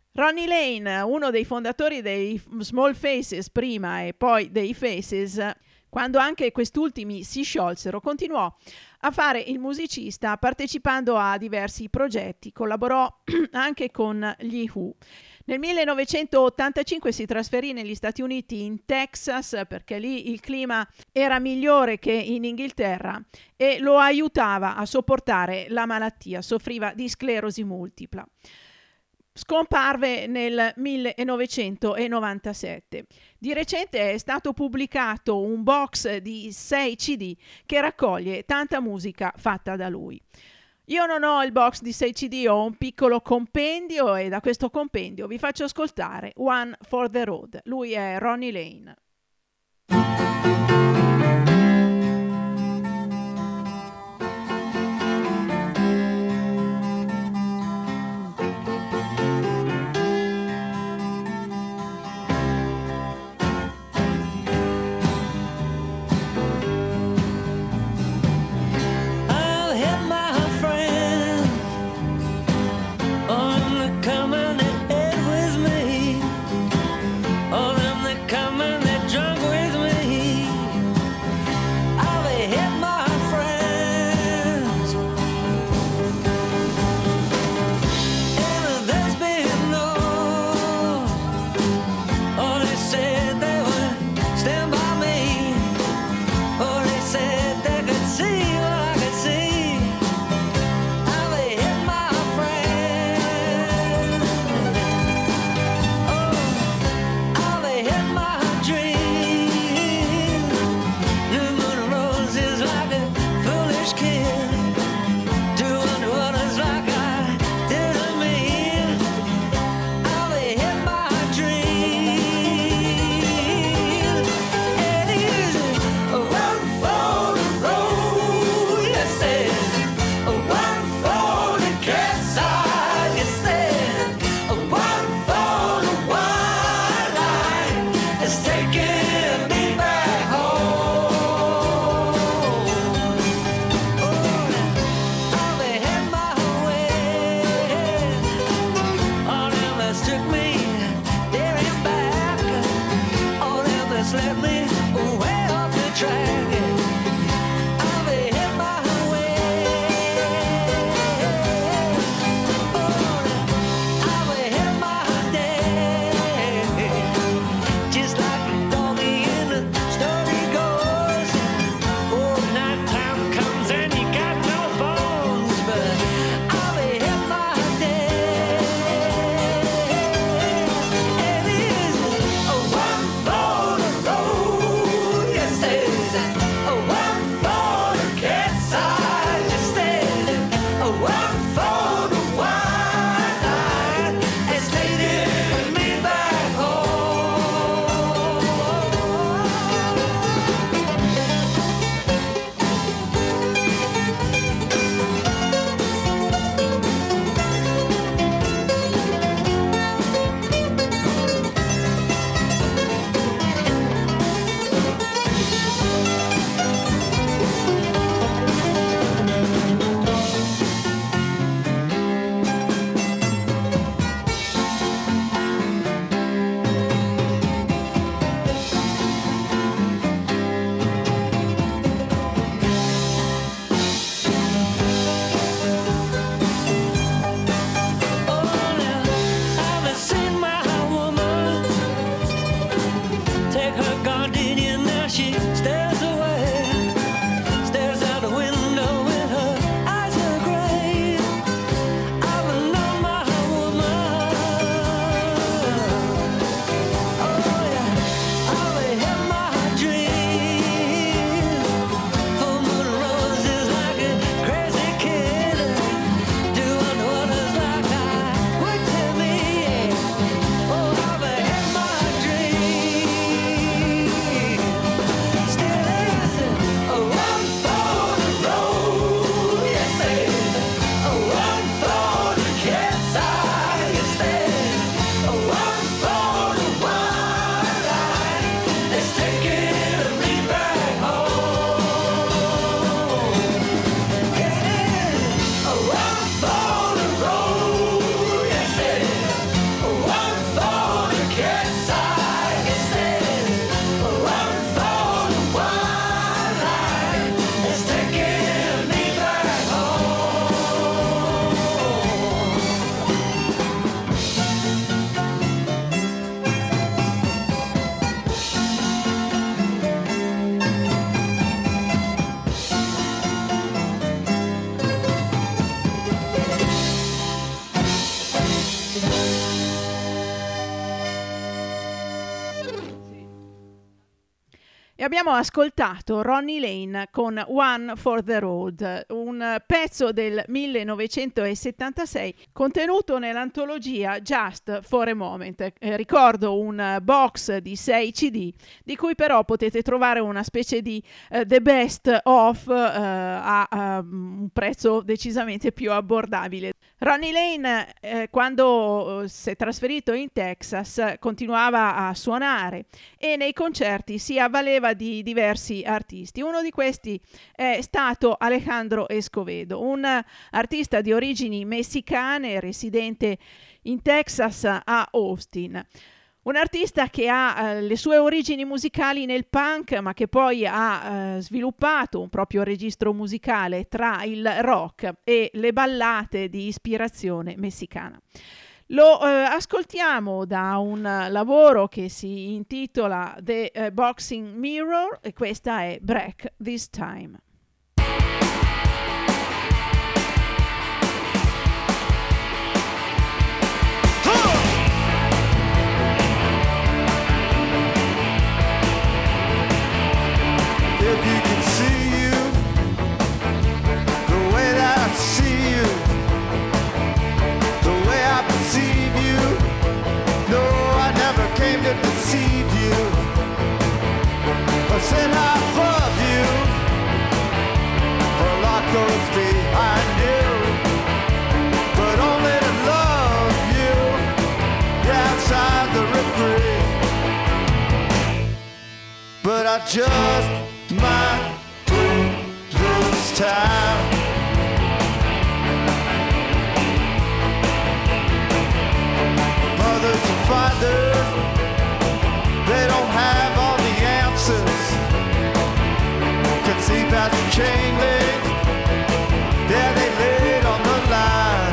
Ronnie Lane, uno dei fondatori dei Small Faces prima e poi dei Faces, quando anche quest'ultimi si sciolsero, continuò a fare il musicista partecipando a diversi progetti, collaborò anche con gli Who. Nel millenovecentottantacinque si trasferì negli Stati Uniti, in Texas, perché lì il clima era migliore che in Inghilterra e lo aiutava a sopportare la malattia, soffriva di sclerosi multipla. Scomparve nel millenovecentonovantasette. Di recente è stato pubblicato un box di sei C D che raccoglie tanta musica fatta da lui. Io non ho il box di sei C D, ho un piccolo compendio e da questo compendio vi faccio ascoltare One for the Road. Lui è Ronnie Lane. Coming, they're drunk with me. E abbiamo ascoltato Ronnie Lane con One for the Road, un pezzo del millenovecentosettantasei contenuto nell'antologia Just for a Moment. Eh, ricordo un box di sei C D di cui però potete trovare una specie di uh, The Best of uh, a uh, un prezzo decisamente più abbordabile. Ronnie Lane eh, quando uh, si è trasferito in Texas continuava a suonare e nei concerti si avvaleva di diversi artisti. Uno di questi è stato Alejandro Escovedo, un artista di origini messicane residente in Texas a Austin. Un artista che ha eh, le sue origini musicali nel punk, ma che poi ha eh, sviluppato un proprio registro musicale tra il rock e le ballate di ispirazione messicana. Lo eh, ascoltiamo da un lavoro che si intitola The uh, Boxing Mirror e questa è Break This Time. If you can see you the way that I see you, the way I perceive you, no, I never came to deceive you, but said I love you, a lot goes behind you, but only to love you, outside the reprieve, but I just might lose time. Mothers and fathers, they don't have all the answers. Can see past the chain link, there they laid on the line.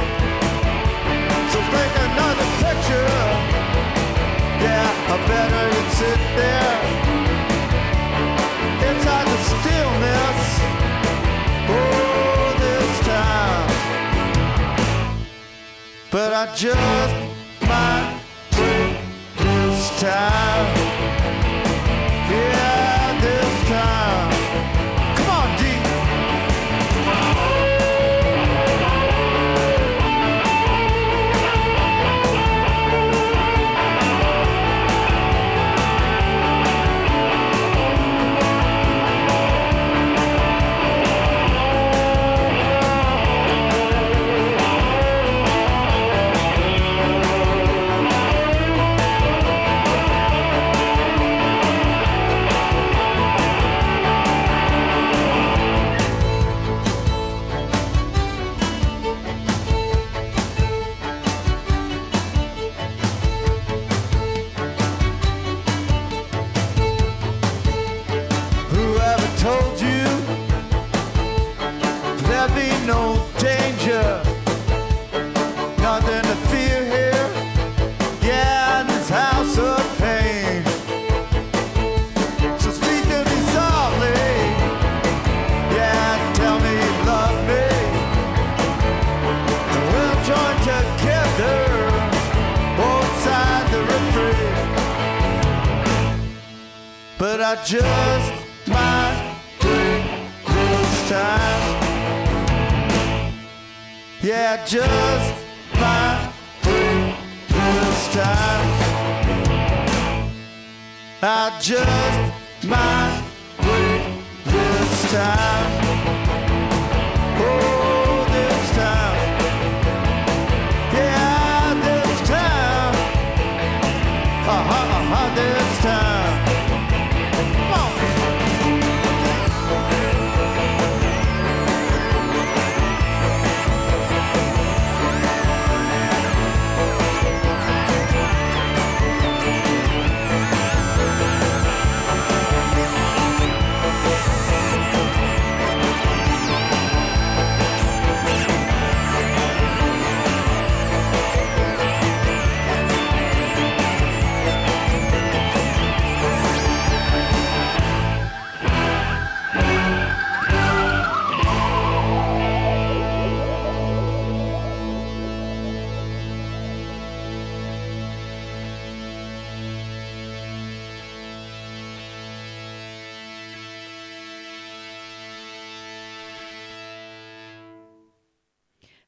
So take another picture, yeah, I better you'd sit there inside the stillness, oh, this time. But I just might break this time. Yeah, this time. Come on, D. I just might break this time. Yeah, just might break this time. I just might break this time. Oh, this time. Yeah, this time. Uh-huh, uh-huh, this time.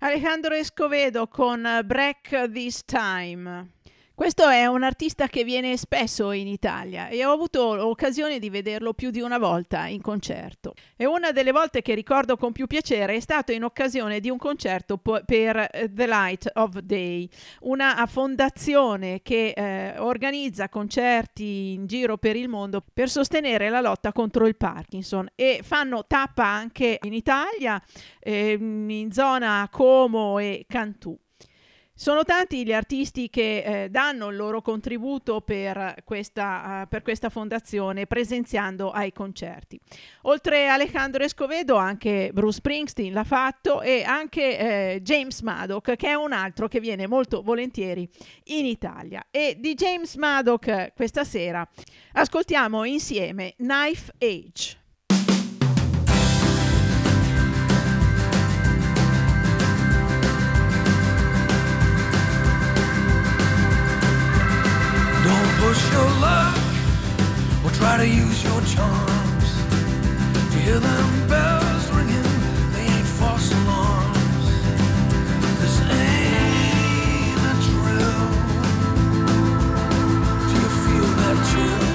Alejandro Escovedo con Break This Time. Questo è un artista che viene spesso in Italia e ho avuto l'occasione di vederlo più di una volta in concerto. E una delle volte che ricordo con più piacere è stato in occasione di un concerto po- per The Light of Day, una fondazione che eh, organizza concerti in giro per il mondo per sostenere la lotta contro il Parkinson, e fanno tappa anche in Italia, eh, in zona Como e Cantù. Sono tanti gli artisti che eh, danno il loro contributo per questa, uh, per questa fondazione, presenziando ai concerti. Oltre a Alejandro Escovedo, anche Bruce Springsteen l'ha fatto, e anche eh, James Maddox, che è un altro che viene molto volentieri in Italia. E di James Maddox questa sera ascoltiamo insieme Knife Age. Push your luck or try to use your charms. Do you hear them bells ringing? They ain't false alarms. This ain't a drill. Do you feel that chill?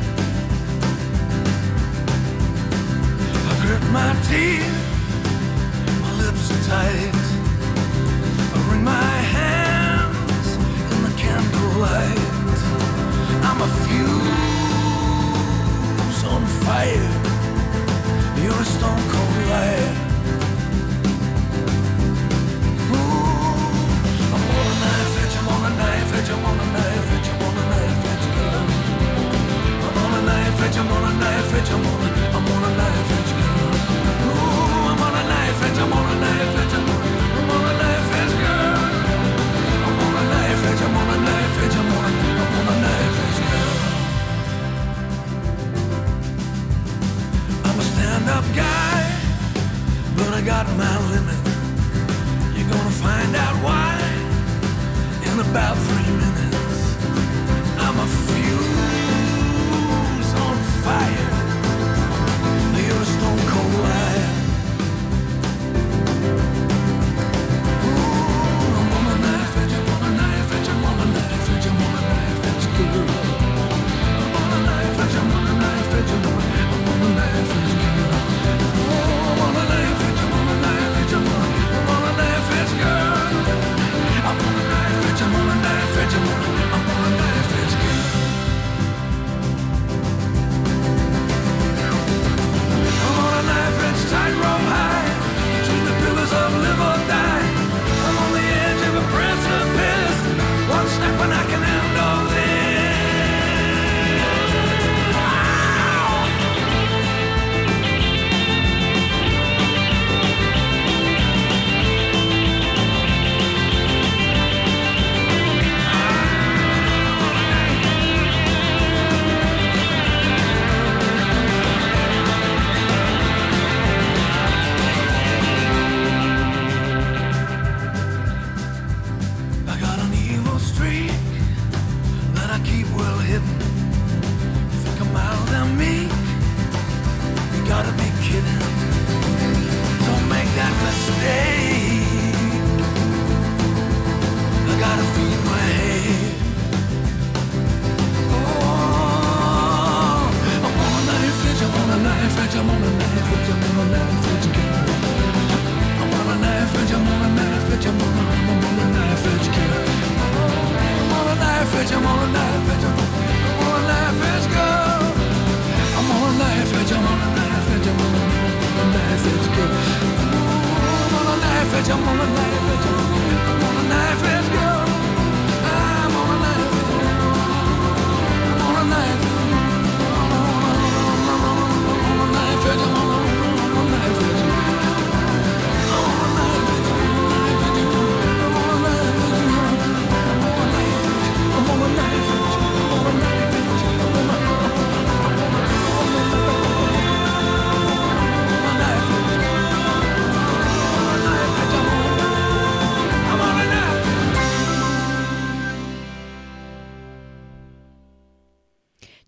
I grit my teeth, my lips are tight. I wring my hands in the candlelight. I'm a fuse on fire. You're a stone cold liar. Ooh, I'm on a knife edge, I'm on a knife edge, I'm on a knife edge, I'm on a knife edge, girl. I'm on a knife edge, I'm on a knife edge, I'm on a, I'm on a knife edge, girl. Ooh, I'm on a knife edge, I'm on a knife edge, I'm on a, I'm on a knife edge, girl. I'm on a knife edge, I'm on a knife edge, I'm on a, I'm on a knife edge. Stand-up guy,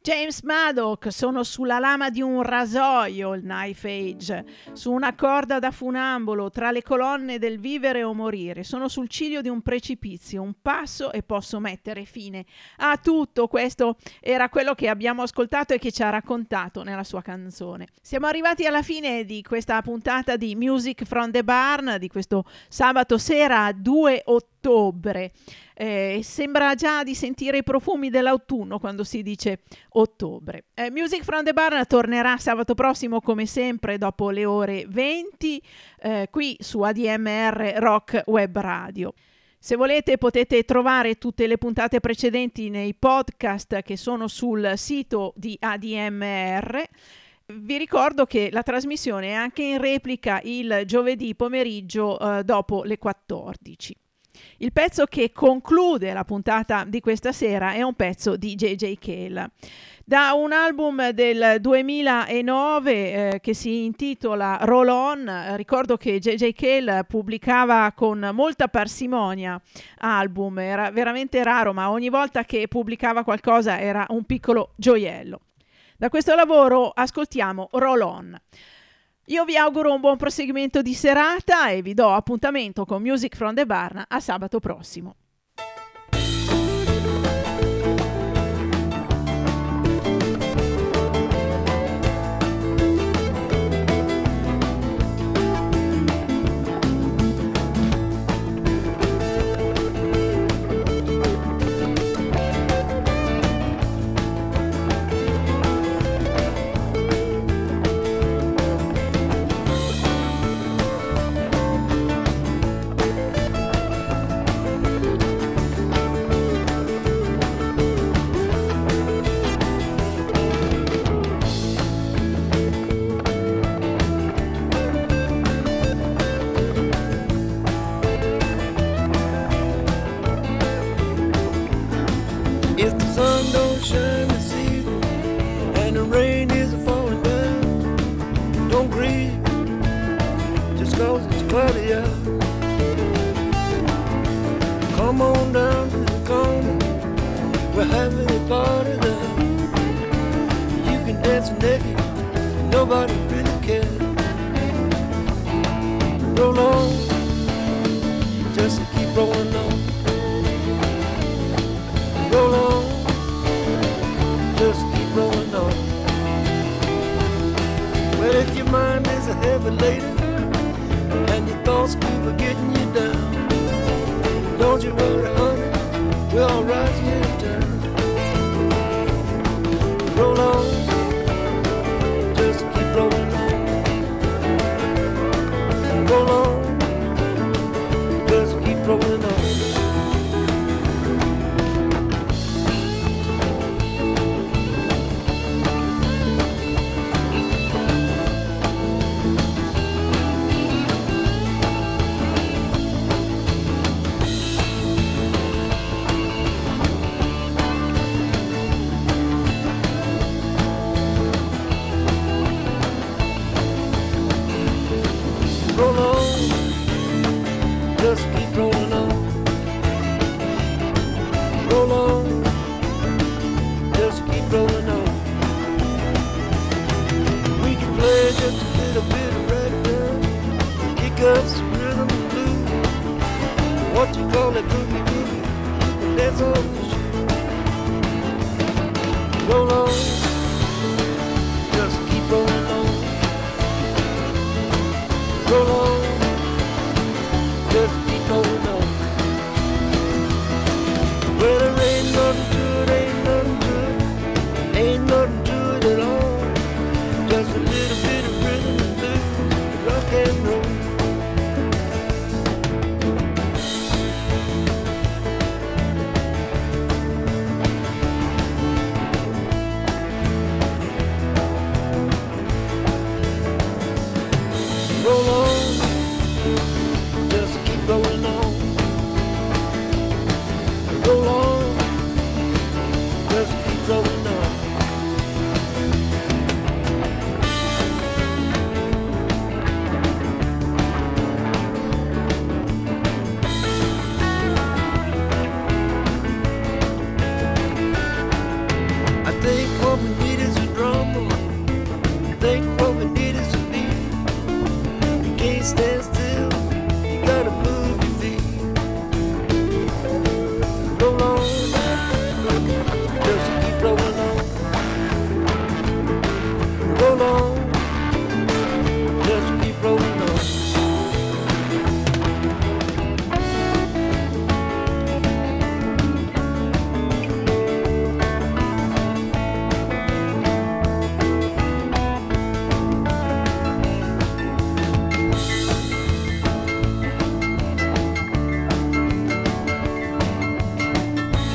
James Maddock, sono sulla lama di un rasoio, il Knife Age, su una corda da funambolo, tra le colonne del vivere o morire, sono sul ciglio di un precipizio, un passo e posso mettere fine a tutto. Questo era quello che abbiamo ascoltato e che ci ha raccontato nella sua canzone. Siamo arrivati alla fine di questa puntata di Music from the Barn, di questo sabato sera due ottobre. Eh, sembra già di sentire i profumi dell'autunno quando si dice ottobre. Eh, Music from the Barn tornerà sabato prossimo come sempre dopo le ore venti eh, qui su A D M R Rock Web Radio. Se volete potete trovare tutte le puntate precedenti nei podcast che sono sul sito di A D M R. Vi ricordo che la trasmissione è anche in replica il giovedì pomeriggio eh, dopo le quattordici. Il pezzo che conclude la puntata di questa sera è un pezzo di J J Cale. Da un album del duemilanove eh, che si intitola Roll On, ricordo che J J Cale pubblicava con molta parsimonia album, era veramente raro, ma ogni volta che pubblicava qualcosa era un piccolo gioiello. Da questo lavoro ascoltiamo Roll On. Io vi auguro un buon proseguimento di serata e vi do appuntamento con Music from the Barn a sabato prossimo. If the sun don't shine this evening and the rain is falling down, don't grieve just cause it's cloudy out. Come on down to the corner, we're having a party there. You can dance naked, nobody really cares. Roll on, just keep rolling on. Roll on, just keep rolling on. Well, if your mind is a heavy laden and your thoughts keep a getting you down, don't you worry, honey, we're all right here in town. Roll on, just keep rolling on. Roll on, just keep rolling on. what we need is a drummer. Think what we need is a beat. You can't stand still, you gotta move your feet. Roll on, just keep rolling on. Roll on, just keep rolling on.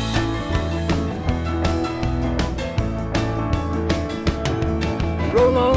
Roll on.